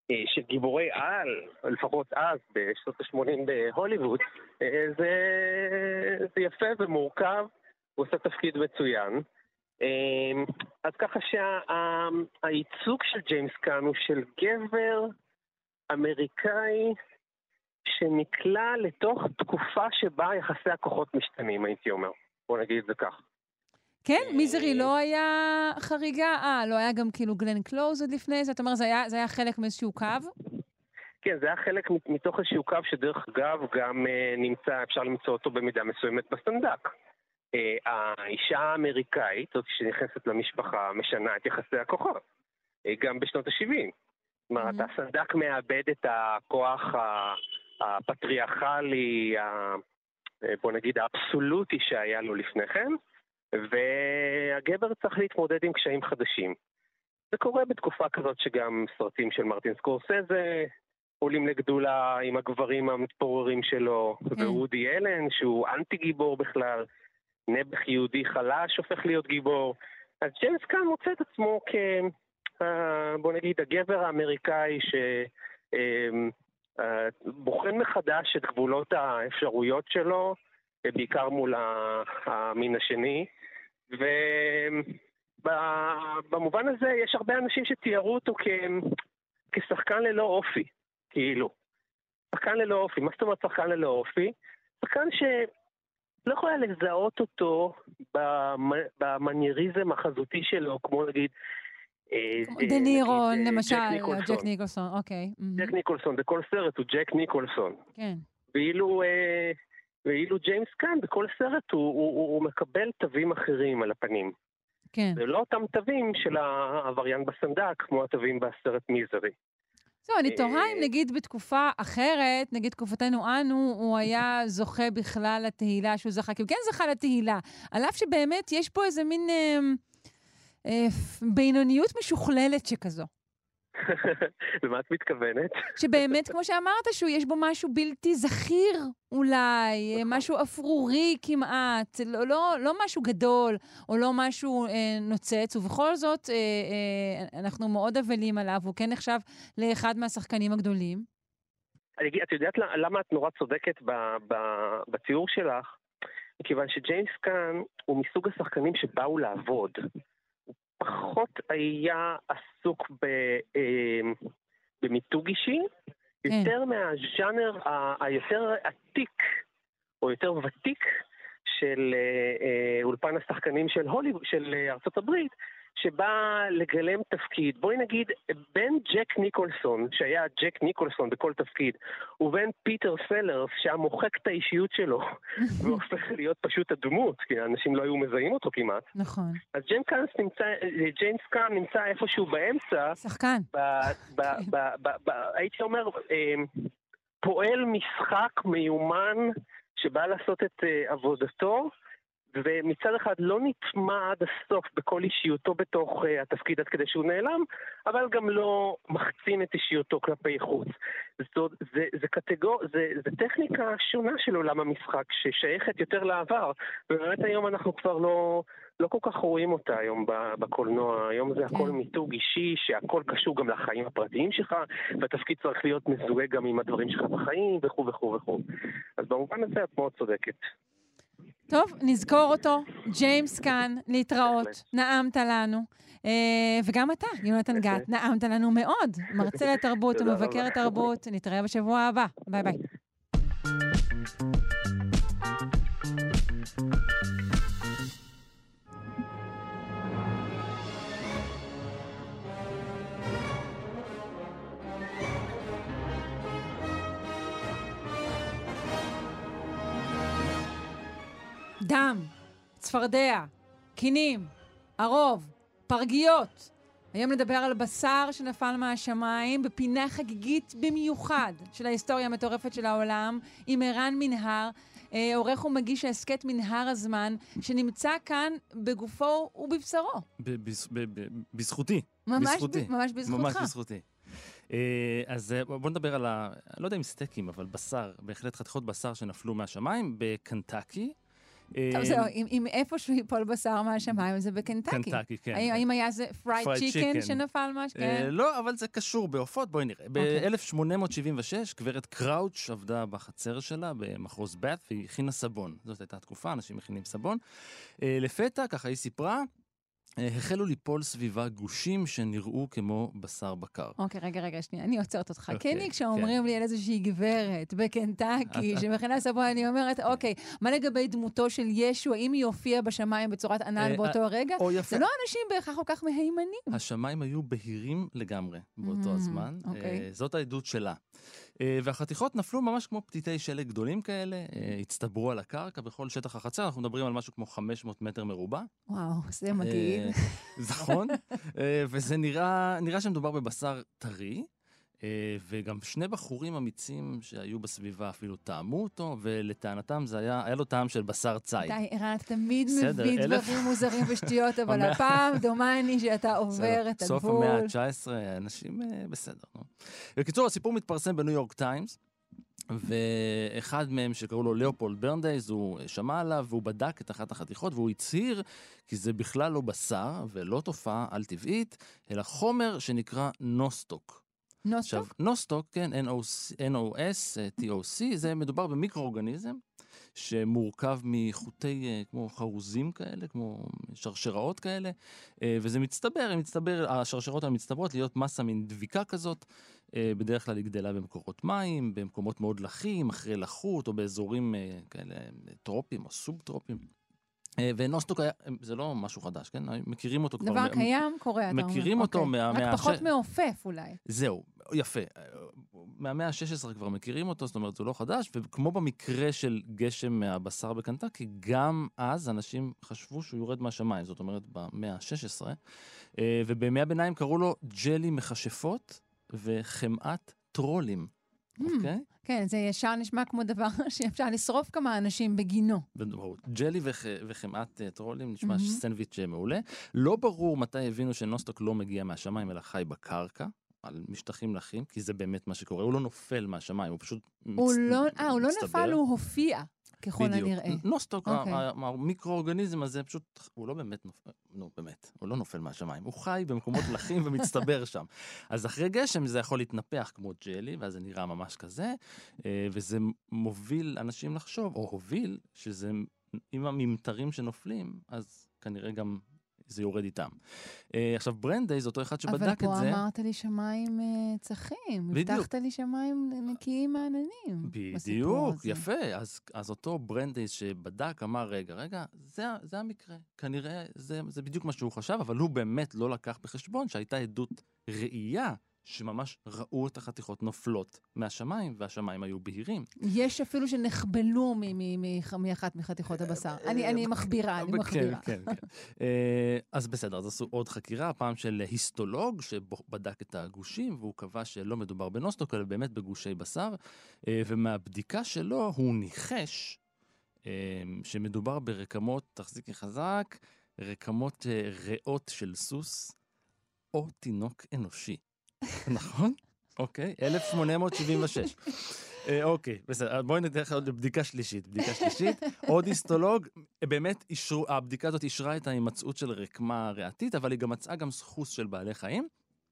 של גיבורי על, לפחות אז, בשנות ה-שמונים בהוליווד, זה, זה יפה ומורכב, הוא עושה תפקיד מצוין. אז ככה שהייצוג של ג'יימס קאן הוא של גבר אמריקאי שנקלע לתוך תקופה שבה יחסי הכוחות משתנים, הייתי אומר. בוא נגיד את זה כך. כן, מיזרי לא היה חריגה? אה, לא היה גם כאילו גלן קלוז עוד לפני זה? זאת אומרת, זה היה, זה היה חלק מאיזשהו קו? כן, זה היה חלק מתוך איזשהו קו שדרך אגב גם נמצא, אפשר למצוא אותו במידה מסוימת בסנדק. האישה האמריקאית, זאת שנכנסת למשפחה, משנה את יחסי הכוחות, גם בשנות ה-שבעים. זאת אומרת, הסנדק מאבד את הכוח הפטריארכלי, בוא נגיד האבסולוטי שהיה לו לפני כן, והגבר צריך להתמודד עם קשיים חדשים. זה קורה בתקופה כזאת שגם סרטים של מרטין סקורסזה עולים לגדולה עם הגברים המתפוררים שלו, ורודי אלן שהוא אנטי גיבור בכלל, נבח יהודי חלש הופך להיות גיבור. אז ג'יימס קאן מוצא את עצמו כ... בוא נגיד, הגבר האמריקאי שבוחן מחדש את גבולות האפשרויות שלו, בעיקר מול המין השני, ובמובן הזה יש הרבה אנשים שתיארו אותו כ... כשחקן ללא אופי, כאילו. שחקן ללא אופי. מה זאת אומרת שחקן ללא אופי? שחקן שלא יכולה לזהות אותו במנייריזם החזותי שלו, כמו נגיד... דה נירו, למשל, ג'ק ניקולסון, אוקיי. ג'ק ניקולסון, בכל סרט הוא ג'ק ניקולסון. כן. ואילו... ואילו ג'יימס קאן, בכל סרט הוא, הוא, הוא מקבל תווים אחרים על הפנים. כן. זה לא אותם תווים של העבריין בסנדק, כמו התווים בסרט מיזרי. זהו, אני תוהה אם נגיד בתקופה אחרת, נגיד תקופתנו אנו, הוא היה זוכה בכלל לתהילה שהוא זכה, כי הוא כן זכה לתהילה, על אף שבאמת יש פה איזה מין אה, אה, בינוניות משוכללת שכזו. למה את מתכוונת? שבאמת, כמו שאמרת, שהוא יש בו משהו בלתי זכיר אולי, משהו אפרורי כמעט, לא, לא, לא משהו גדול, או לא משהו אה, נוצץ, ובכל זאת אה, אה, אנחנו מאוד אבלים עליו, הוא כן נחשב לאחד מהשחקנים הגדולים. אני, את יודעת למה את נורא צודקת ב, ב, בציור שלך? מכיוון שג'יימס קאן הוא מסוג השחקנים שבאו לעבוד. פחות היה עסוק ב, אה, במיתוג אישי, יותר מהז'אנר ה- היותר עתיק, או יותר ותיק, של אה, אה, אולפן השחקנים של, הוליווד, של ארצות הברית, שבא לגלם תפקיד. בואי נגיד, בין ג'ק ניקולסון, שהיה ג'ק ניקולסון בכל תפקיד, ובין פיטר סלרס, שהיה מוחק את האישיות שלו, והופך להיות פשוט הדמות, כי האנשים לא היו מזהים אותו כמעט. נכון. אז ג'יימס קאן נמצא, ג'יימס קאן נמצא איפשהו באמצע. שחקן. ב, ב, ב, ב, ב, הייתי אומר, פועל משחק מיומן, שבא לעשות את עבודתו, ומצד אחד לא נטמע עד הסוף בכל אישיותו בתוך uh, התפקיד עד כדי שהוא נעלם, אבל גם לא מחצין את אישיותו כלפי חוץ. זאת, זה, זה, קטגור, זה, זה טכניקה שונה של עולם המשחק, ששייכת יותר לעבר, ובאמת היום אנחנו כבר לא, לא כל כך רואים אותה היום בקולנוע. היום זה הכל מיתוג אישי, שהכל קשור גם לחיים הפרטיים שלך, והתפקיד צריך להיות מזוהה גם עם הדברים שלך בחיים, וכו' וכו' וכו'. אז במובן הזה את מאוד צודקת. טוב, נזכור אותו, ג'יימס קאן, להתראות, נעמת לנו. וגם אתה, יונתן גת, נעמת לנו מאוד. מרצה לתרבות ומבקר התרבות, נתראה בשבוע הבא. ביי ביי. דם, צפרדע, קינים, ערוב, פרגיות. היום נדבר על בשר שנפל מהשמיים בפינה חגיגית במיוחד של ההיסטוריה המטורפת של העולם, עם ערן מנהר, אה, עורך ומגיש ההסכת מנהר הזמן, שנמצא כאן בגופו ובבשרו. בזכותי. ממש בזכותי. ממש בזכותך. ממש בזכותי. אז בוא נדבר על ה... לא יודע אם סטייקים, אבל בשר, בהחלט חתיכות בשר שנפלו מהשמיים בקנטקי. טוב, זהו, אם איפשהו ייפול בשר מהשמיים, זה בקנטקי. קנטקי, כן. האם היה זה פרייד צ'יקן שנפל משהו? לא, אבל זה קשור בעופות, בואי נראה. ב-אלף שמונה מאות שבעים ושש, גברת קראוץ' עבדה בחצר שלה, במחוז בת, והיא הכינה סבון. זאת הייתה תקופה, אנשים מכינים סבון. לפתע, ככה היא סיפרה, החלו ליפול סביבה גושים שנראו כמו בשר בקר. אוקיי, רגע, רגע, שנייה, אני עוצרת אותך. כי אני, כשאומרים לי על איזושהי גברת בקנטקי, שמכינה סבון, אני אומרת, אוקיי, מה לגבי דמותו של ישו? האם היא הופיעה בשמיים בצורת ענן באותו הרגע? זה לא אנשים בהכרח כל כך מהימנים. השמיים היו בהירים לגמרי באותו הזמן. זאת העדות שלה. והחתיכות נפלו ממש כמו פתיתי שלג גדולים כאלה, הצטברו על הקרקע בכל שטח החצר, אנחנו מדברים על משהו כמו חמש מאות מטר מרובע. וואו, זה מדהים. נכון, וזה נראה, נראה שמדובר בבשר טרי, וגם שני בחורים אמיצים שהיו בסביבה אפילו טעמו אותו, ולטענתם זה היה, היה לו טעם של בשר צי. די, ערן, אתה תמיד מביא דברים מוזרים ושטויות, אבל הפעם דומני שאתה עובר את הגבול. סוף המאה ה-תשע עשרה, אנשים בסדר. בקיצור, הסיפור מתפרסם בניו יורק טיימס, ואחד מהם שקראו לו ליאופולד ברנדייז, הוא שמע עליו והוא בדק את אחת החתיכות, והוא הצהיר כי זה בכלל לא בשר ולא תופעה על טבעית, אלא חומר שנקרא נוסטוק. נוסטוק? עכשיו, נוסטוק, כן, N O S T O C, זה מדובר במיקרואורגניזם, שמורכב מחוטי, כמו חרוזים כאלה, כמו שרשראות כאלה, וזה מצטבר, מצטבר, השרשרות המצטברות להיות מסה מין דביקה כזאת, בדרך כלל היא גדלה במקורות מים, במקומות מאוד לחים, אחרי לחות, או באזורים כאלה טרופים או סוב-טרופים. ונוסטוק היה, זה לא משהו חדש, כן? מכירים אותו כבר. דבר קיים קורה, אתה אומר. מכירים אותו מה... רק פחות מעופף אולי. זהו, יפה. מהמאה ה-שש עשרה כבר מכירים אותו, זאת אומרת, זה לא חדש, וכמו במקרה של גשם מהבשר בקנטקי, גם אז אנשים חשבו שהוא יורד מהשמיים, זאת אומרת, במאה ה-שש עשרה, ובימי הביניים קראו לו ג'לי מכשפות וחמאת טרולים. אוקיי? כן, זה ישר נשמע כמו דבר שאפשר לשרוף כמה אנשים בגינו. ג'לי וחמאת טרולים נשמע סנדוויץ' מעולה. לא ברור מתי הבינו שנוסטוק לא מגיע מהשמיים, אלא חי בקרקע, על משטחים לחים, כי זה באמת מה שקורה. הוא לא נופל מהשמיים, הוא פשוט מצטבר. אה, הוא לא נפל, הוא הופיע. ככל הנראה. נוסטוק, המיקרואורגניזם הזה, פשוט, הוא לא באמת נופל, נו, באמת, הוא לא נופל מהשמיים, הוא חי במקומות לחים ומצטבר שם. אז אחרי גשם זה יכול להתנפח כמו ג'לי, ואז זה נראה ממש כזה, וזה מוביל אנשים לחשוב, או הוביל, שזה, עם הממטרים שנופלים, אז כנראה גם זה יורד איתם. עכשיו, ברנדייז, אותו אחד שבדק את זה... אבל פה אמרת לי שמיים צחים, הבטחת לי שמיים נקיים מעננים. בדיוק, יפה. אז, אז אותו ברנדייז שבדק אמר, רגע, רגע, זה, זה המקרה. כנראה זה, זה בדיוק מה שהוא חשב, אבל הוא באמת לא לקח בחשבון שהייתה עדות ראייה שממש ראו את החתיכות נופלות מהשמיים, והשמיים היו בהירים. יש אפילו שנחבלו מאחת מחתיכות הבשר. אני מחבירה, אני מחבירה. כן, כן, כן. אז בסדר, אז עשו עוד חקירה, פעם של היסטולוג שבדק את הגושים, והוא קבע שלא מדובר בנוסטוק, אלא באמת בגושי בשר, ומהבדיקה שלו הוא ניחש שמדובר ברקמות, תחזיקי חזק, רקמות ריאות של סוס, או תינוק אנושי. נכון? אוקיי, אלף שמונה מאות שבעים ושש. אוקיי, בסדר, בואי נתחיל עוד לבדיקה שלישית. בדיקה שלישית, עוד היסטולוג, באמת הבדיקה הזאת אישרה את ההימצאות של רקמה ריאתית, אבל היא גם מצאה גם סחוס של בעלי חיים,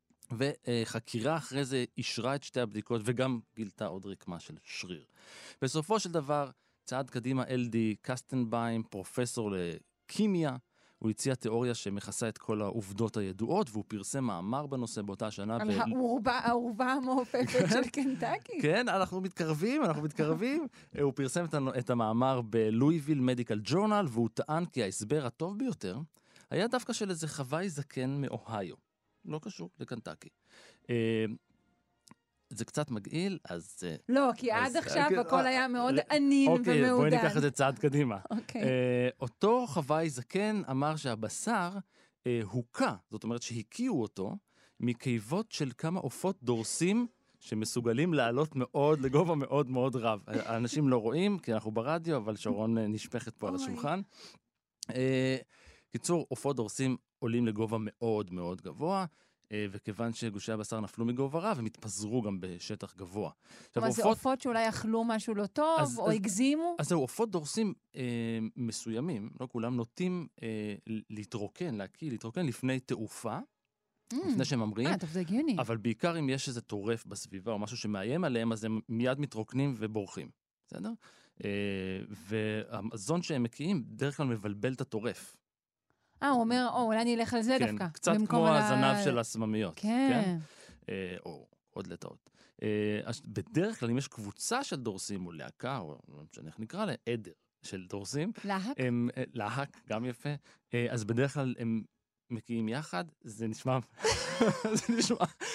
וחקירה אחרי זה אישרה את שתי הבדיקות, וגם גילתה עוד רקמה של שריר. בסופו של דבר, צעד קדימה אל די קסטנביים, פרופסור לכימיה, הוא הציע תיאוריה שמכסה את כל העובדות הידועות, והוא פרסם מאמר בנושא באותה שנה. על העורבה המעופפת של קנטקי. כן, אנחנו מתקרבים, אנחנו מתקרבים. הוא פרסם את המאמר בלואיוויל מדיקל ג'ורנל, והוא טען כי ההסבר הטוב ביותר היה דווקא של איזה חוואי זקן מאוהיו. לא קשור לקנטקי. זה קצת מגעיל, אז... לא, כי עד עכשיו הכל היה מאוד ענין ומעודן. אוקיי, בואי ניקח את זה צעד קדימה. אותו חוואי זקן אמר שהבשר הוקע, זאת אומרת שהקיעו אותו, מקיבות של כמה עופות דורסים שמסוגלים לעלות מאוד, לגובה מאוד מאוד רב. האנשים לא רואים, כי אנחנו ברדיו, אבל שרון נשפכת פה על השולחן. קיצור, עופות דורסים עולים לגובה מאוד מאוד גבוה, וכיוון שגושי הבשר נפלו מגובה רב, הם התפזרו גם בשטח גבוה. אבל זה עופות שאולי אכלו משהו לא טוב, אז, או אז, הגזימו? אז זהו, עופות דורסים אה, מסוימים, לא כולם, נוטים אה, להתרוקן, להקיא, להתרוקן לפני תעופה, mm. לפני שהם ממריאים. אה, טוב, זה הגיוני. אבל בעיקר אם יש איזה טורף בסביבה, או משהו שמאיים עליהם, אז הם מיד מתרוקנים ובורחים. בסדר? אה, והמזון שהם מקיאים, דרך כלל מבלבל את הטורף. אה, הוא אומר, או, אולי אני אלך על זה כן, דווקא. קצת כמו הזנב של הסממיות. כן. כן? אה, או עוד לטעות. אה, בדרך כלל, אם יש קבוצה של דורסים, או להקה, או לא משנה איך נקרא לה, עדר של דורסים. להק? הם, אה, להק, גם יפה. אה, אז בדרך כלל הם מקיאים יחד, זה נשמע... זה נשמע...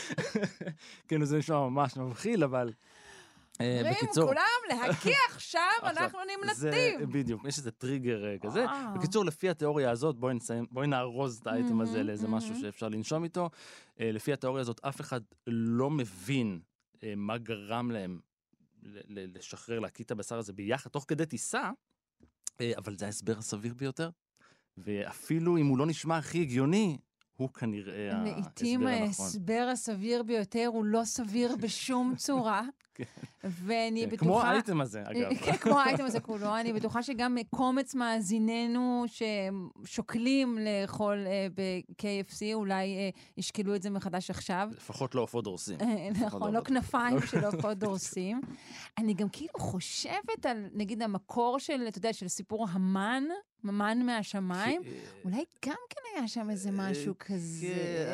כן, זה נשמע ממש מבחיל, אבל... אומרים, כולם להקיע עכשיו, אנחנו נמלטים. בדיוק, יש איזה טריגר כזה. בקיצור, לפי התיאוריה הזאת, בואי נארוז את האייטם הזה לאיזה משהו שאפשר לנשום איתו. לפי התיאוריה הזאת, אף אחד לא מבין מה גרם להם לשחרר, להקיא את הבשר הזה ביחד, תוך כדי טיסה, אבל זה ההסבר הסביר ביותר. ואפילו אם הוא לא נשמע הכי הגיוני, הוא כנראה ההסבר הנכון. לעתים ההסבר הסביר ביותר הוא לא סביר בשום צורה. ואני בטוחה... כמו האייטם הזה, אגב. כן, כמו האייטם הזה כולו. אני בטוחה שגם קומץ מאזיננו ששוקלים לאכול ב-קיי אף סי, אולי ישקלו את זה מחדש עכשיו. לפחות לא עופות דורסים. נכון, לא כנפיים של עופות דורסים. אני גם כאילו חושבת על, נגיד, המקור של, אתה יודע, של סיפור המן, ממן מהשמיים, אולי גם כן היה שם איזה משהו כזה.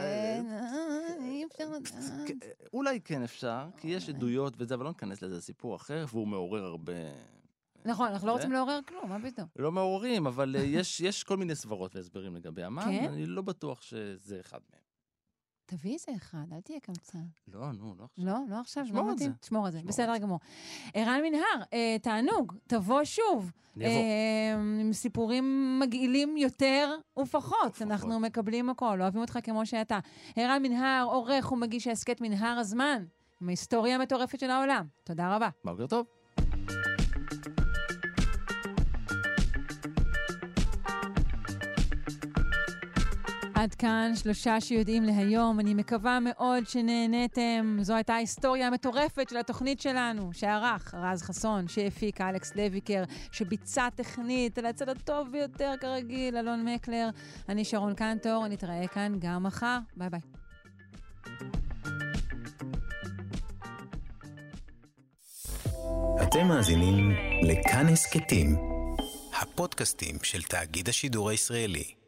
אי אפשר לדעת. אולי כן אפשר, כי יש עדויות וזה, אבל לא נכנס לזה סיפור אחר, והוא מעורר הרבה... נכון, אנחנו לא רוצים לעורר כלום, מה פתאום? לא מעוררים, אבל יש כל מיני סברות והסברים לגבי המן, אני לא בטוח שזה אחד מהם. תביא איזה אחד, אל תהיה קמצן. לא, נו, לא עכשיו. לא, לא עכשיו, שמור את זה. תשמור את זה, בסדר גמור. ערן מנהר, תענוג, תבוא שוב. עם סיפורים מגעילים יותר ופחות. אנחנו מקבלים הכל, אוהבים אותך כמו שאתה. ערן מנהר, עורך ומגיש ההסכת מנהר הזמן, עם ההיסטוריה המטורפת של העולם. תודה רבה. בוקר טוב. עד כאן שלושה שיודעים להיום. אני מקווה מאוד שנהנתם. זו הייתה ההיסטוריה המטורפת של התוכנית שלנו, שערך רז חסון, שהפיק אלכס לויקר, שביצע תכנית על הצד הטוב ביותר כרגיל, אלון מקלר. אני שרון קנטור, נתראה כאן גם מחר. ביי ביי. אתם מאזינים לכאן הסכתים, הפודקאסטים של תאגיד השידור הישראלי.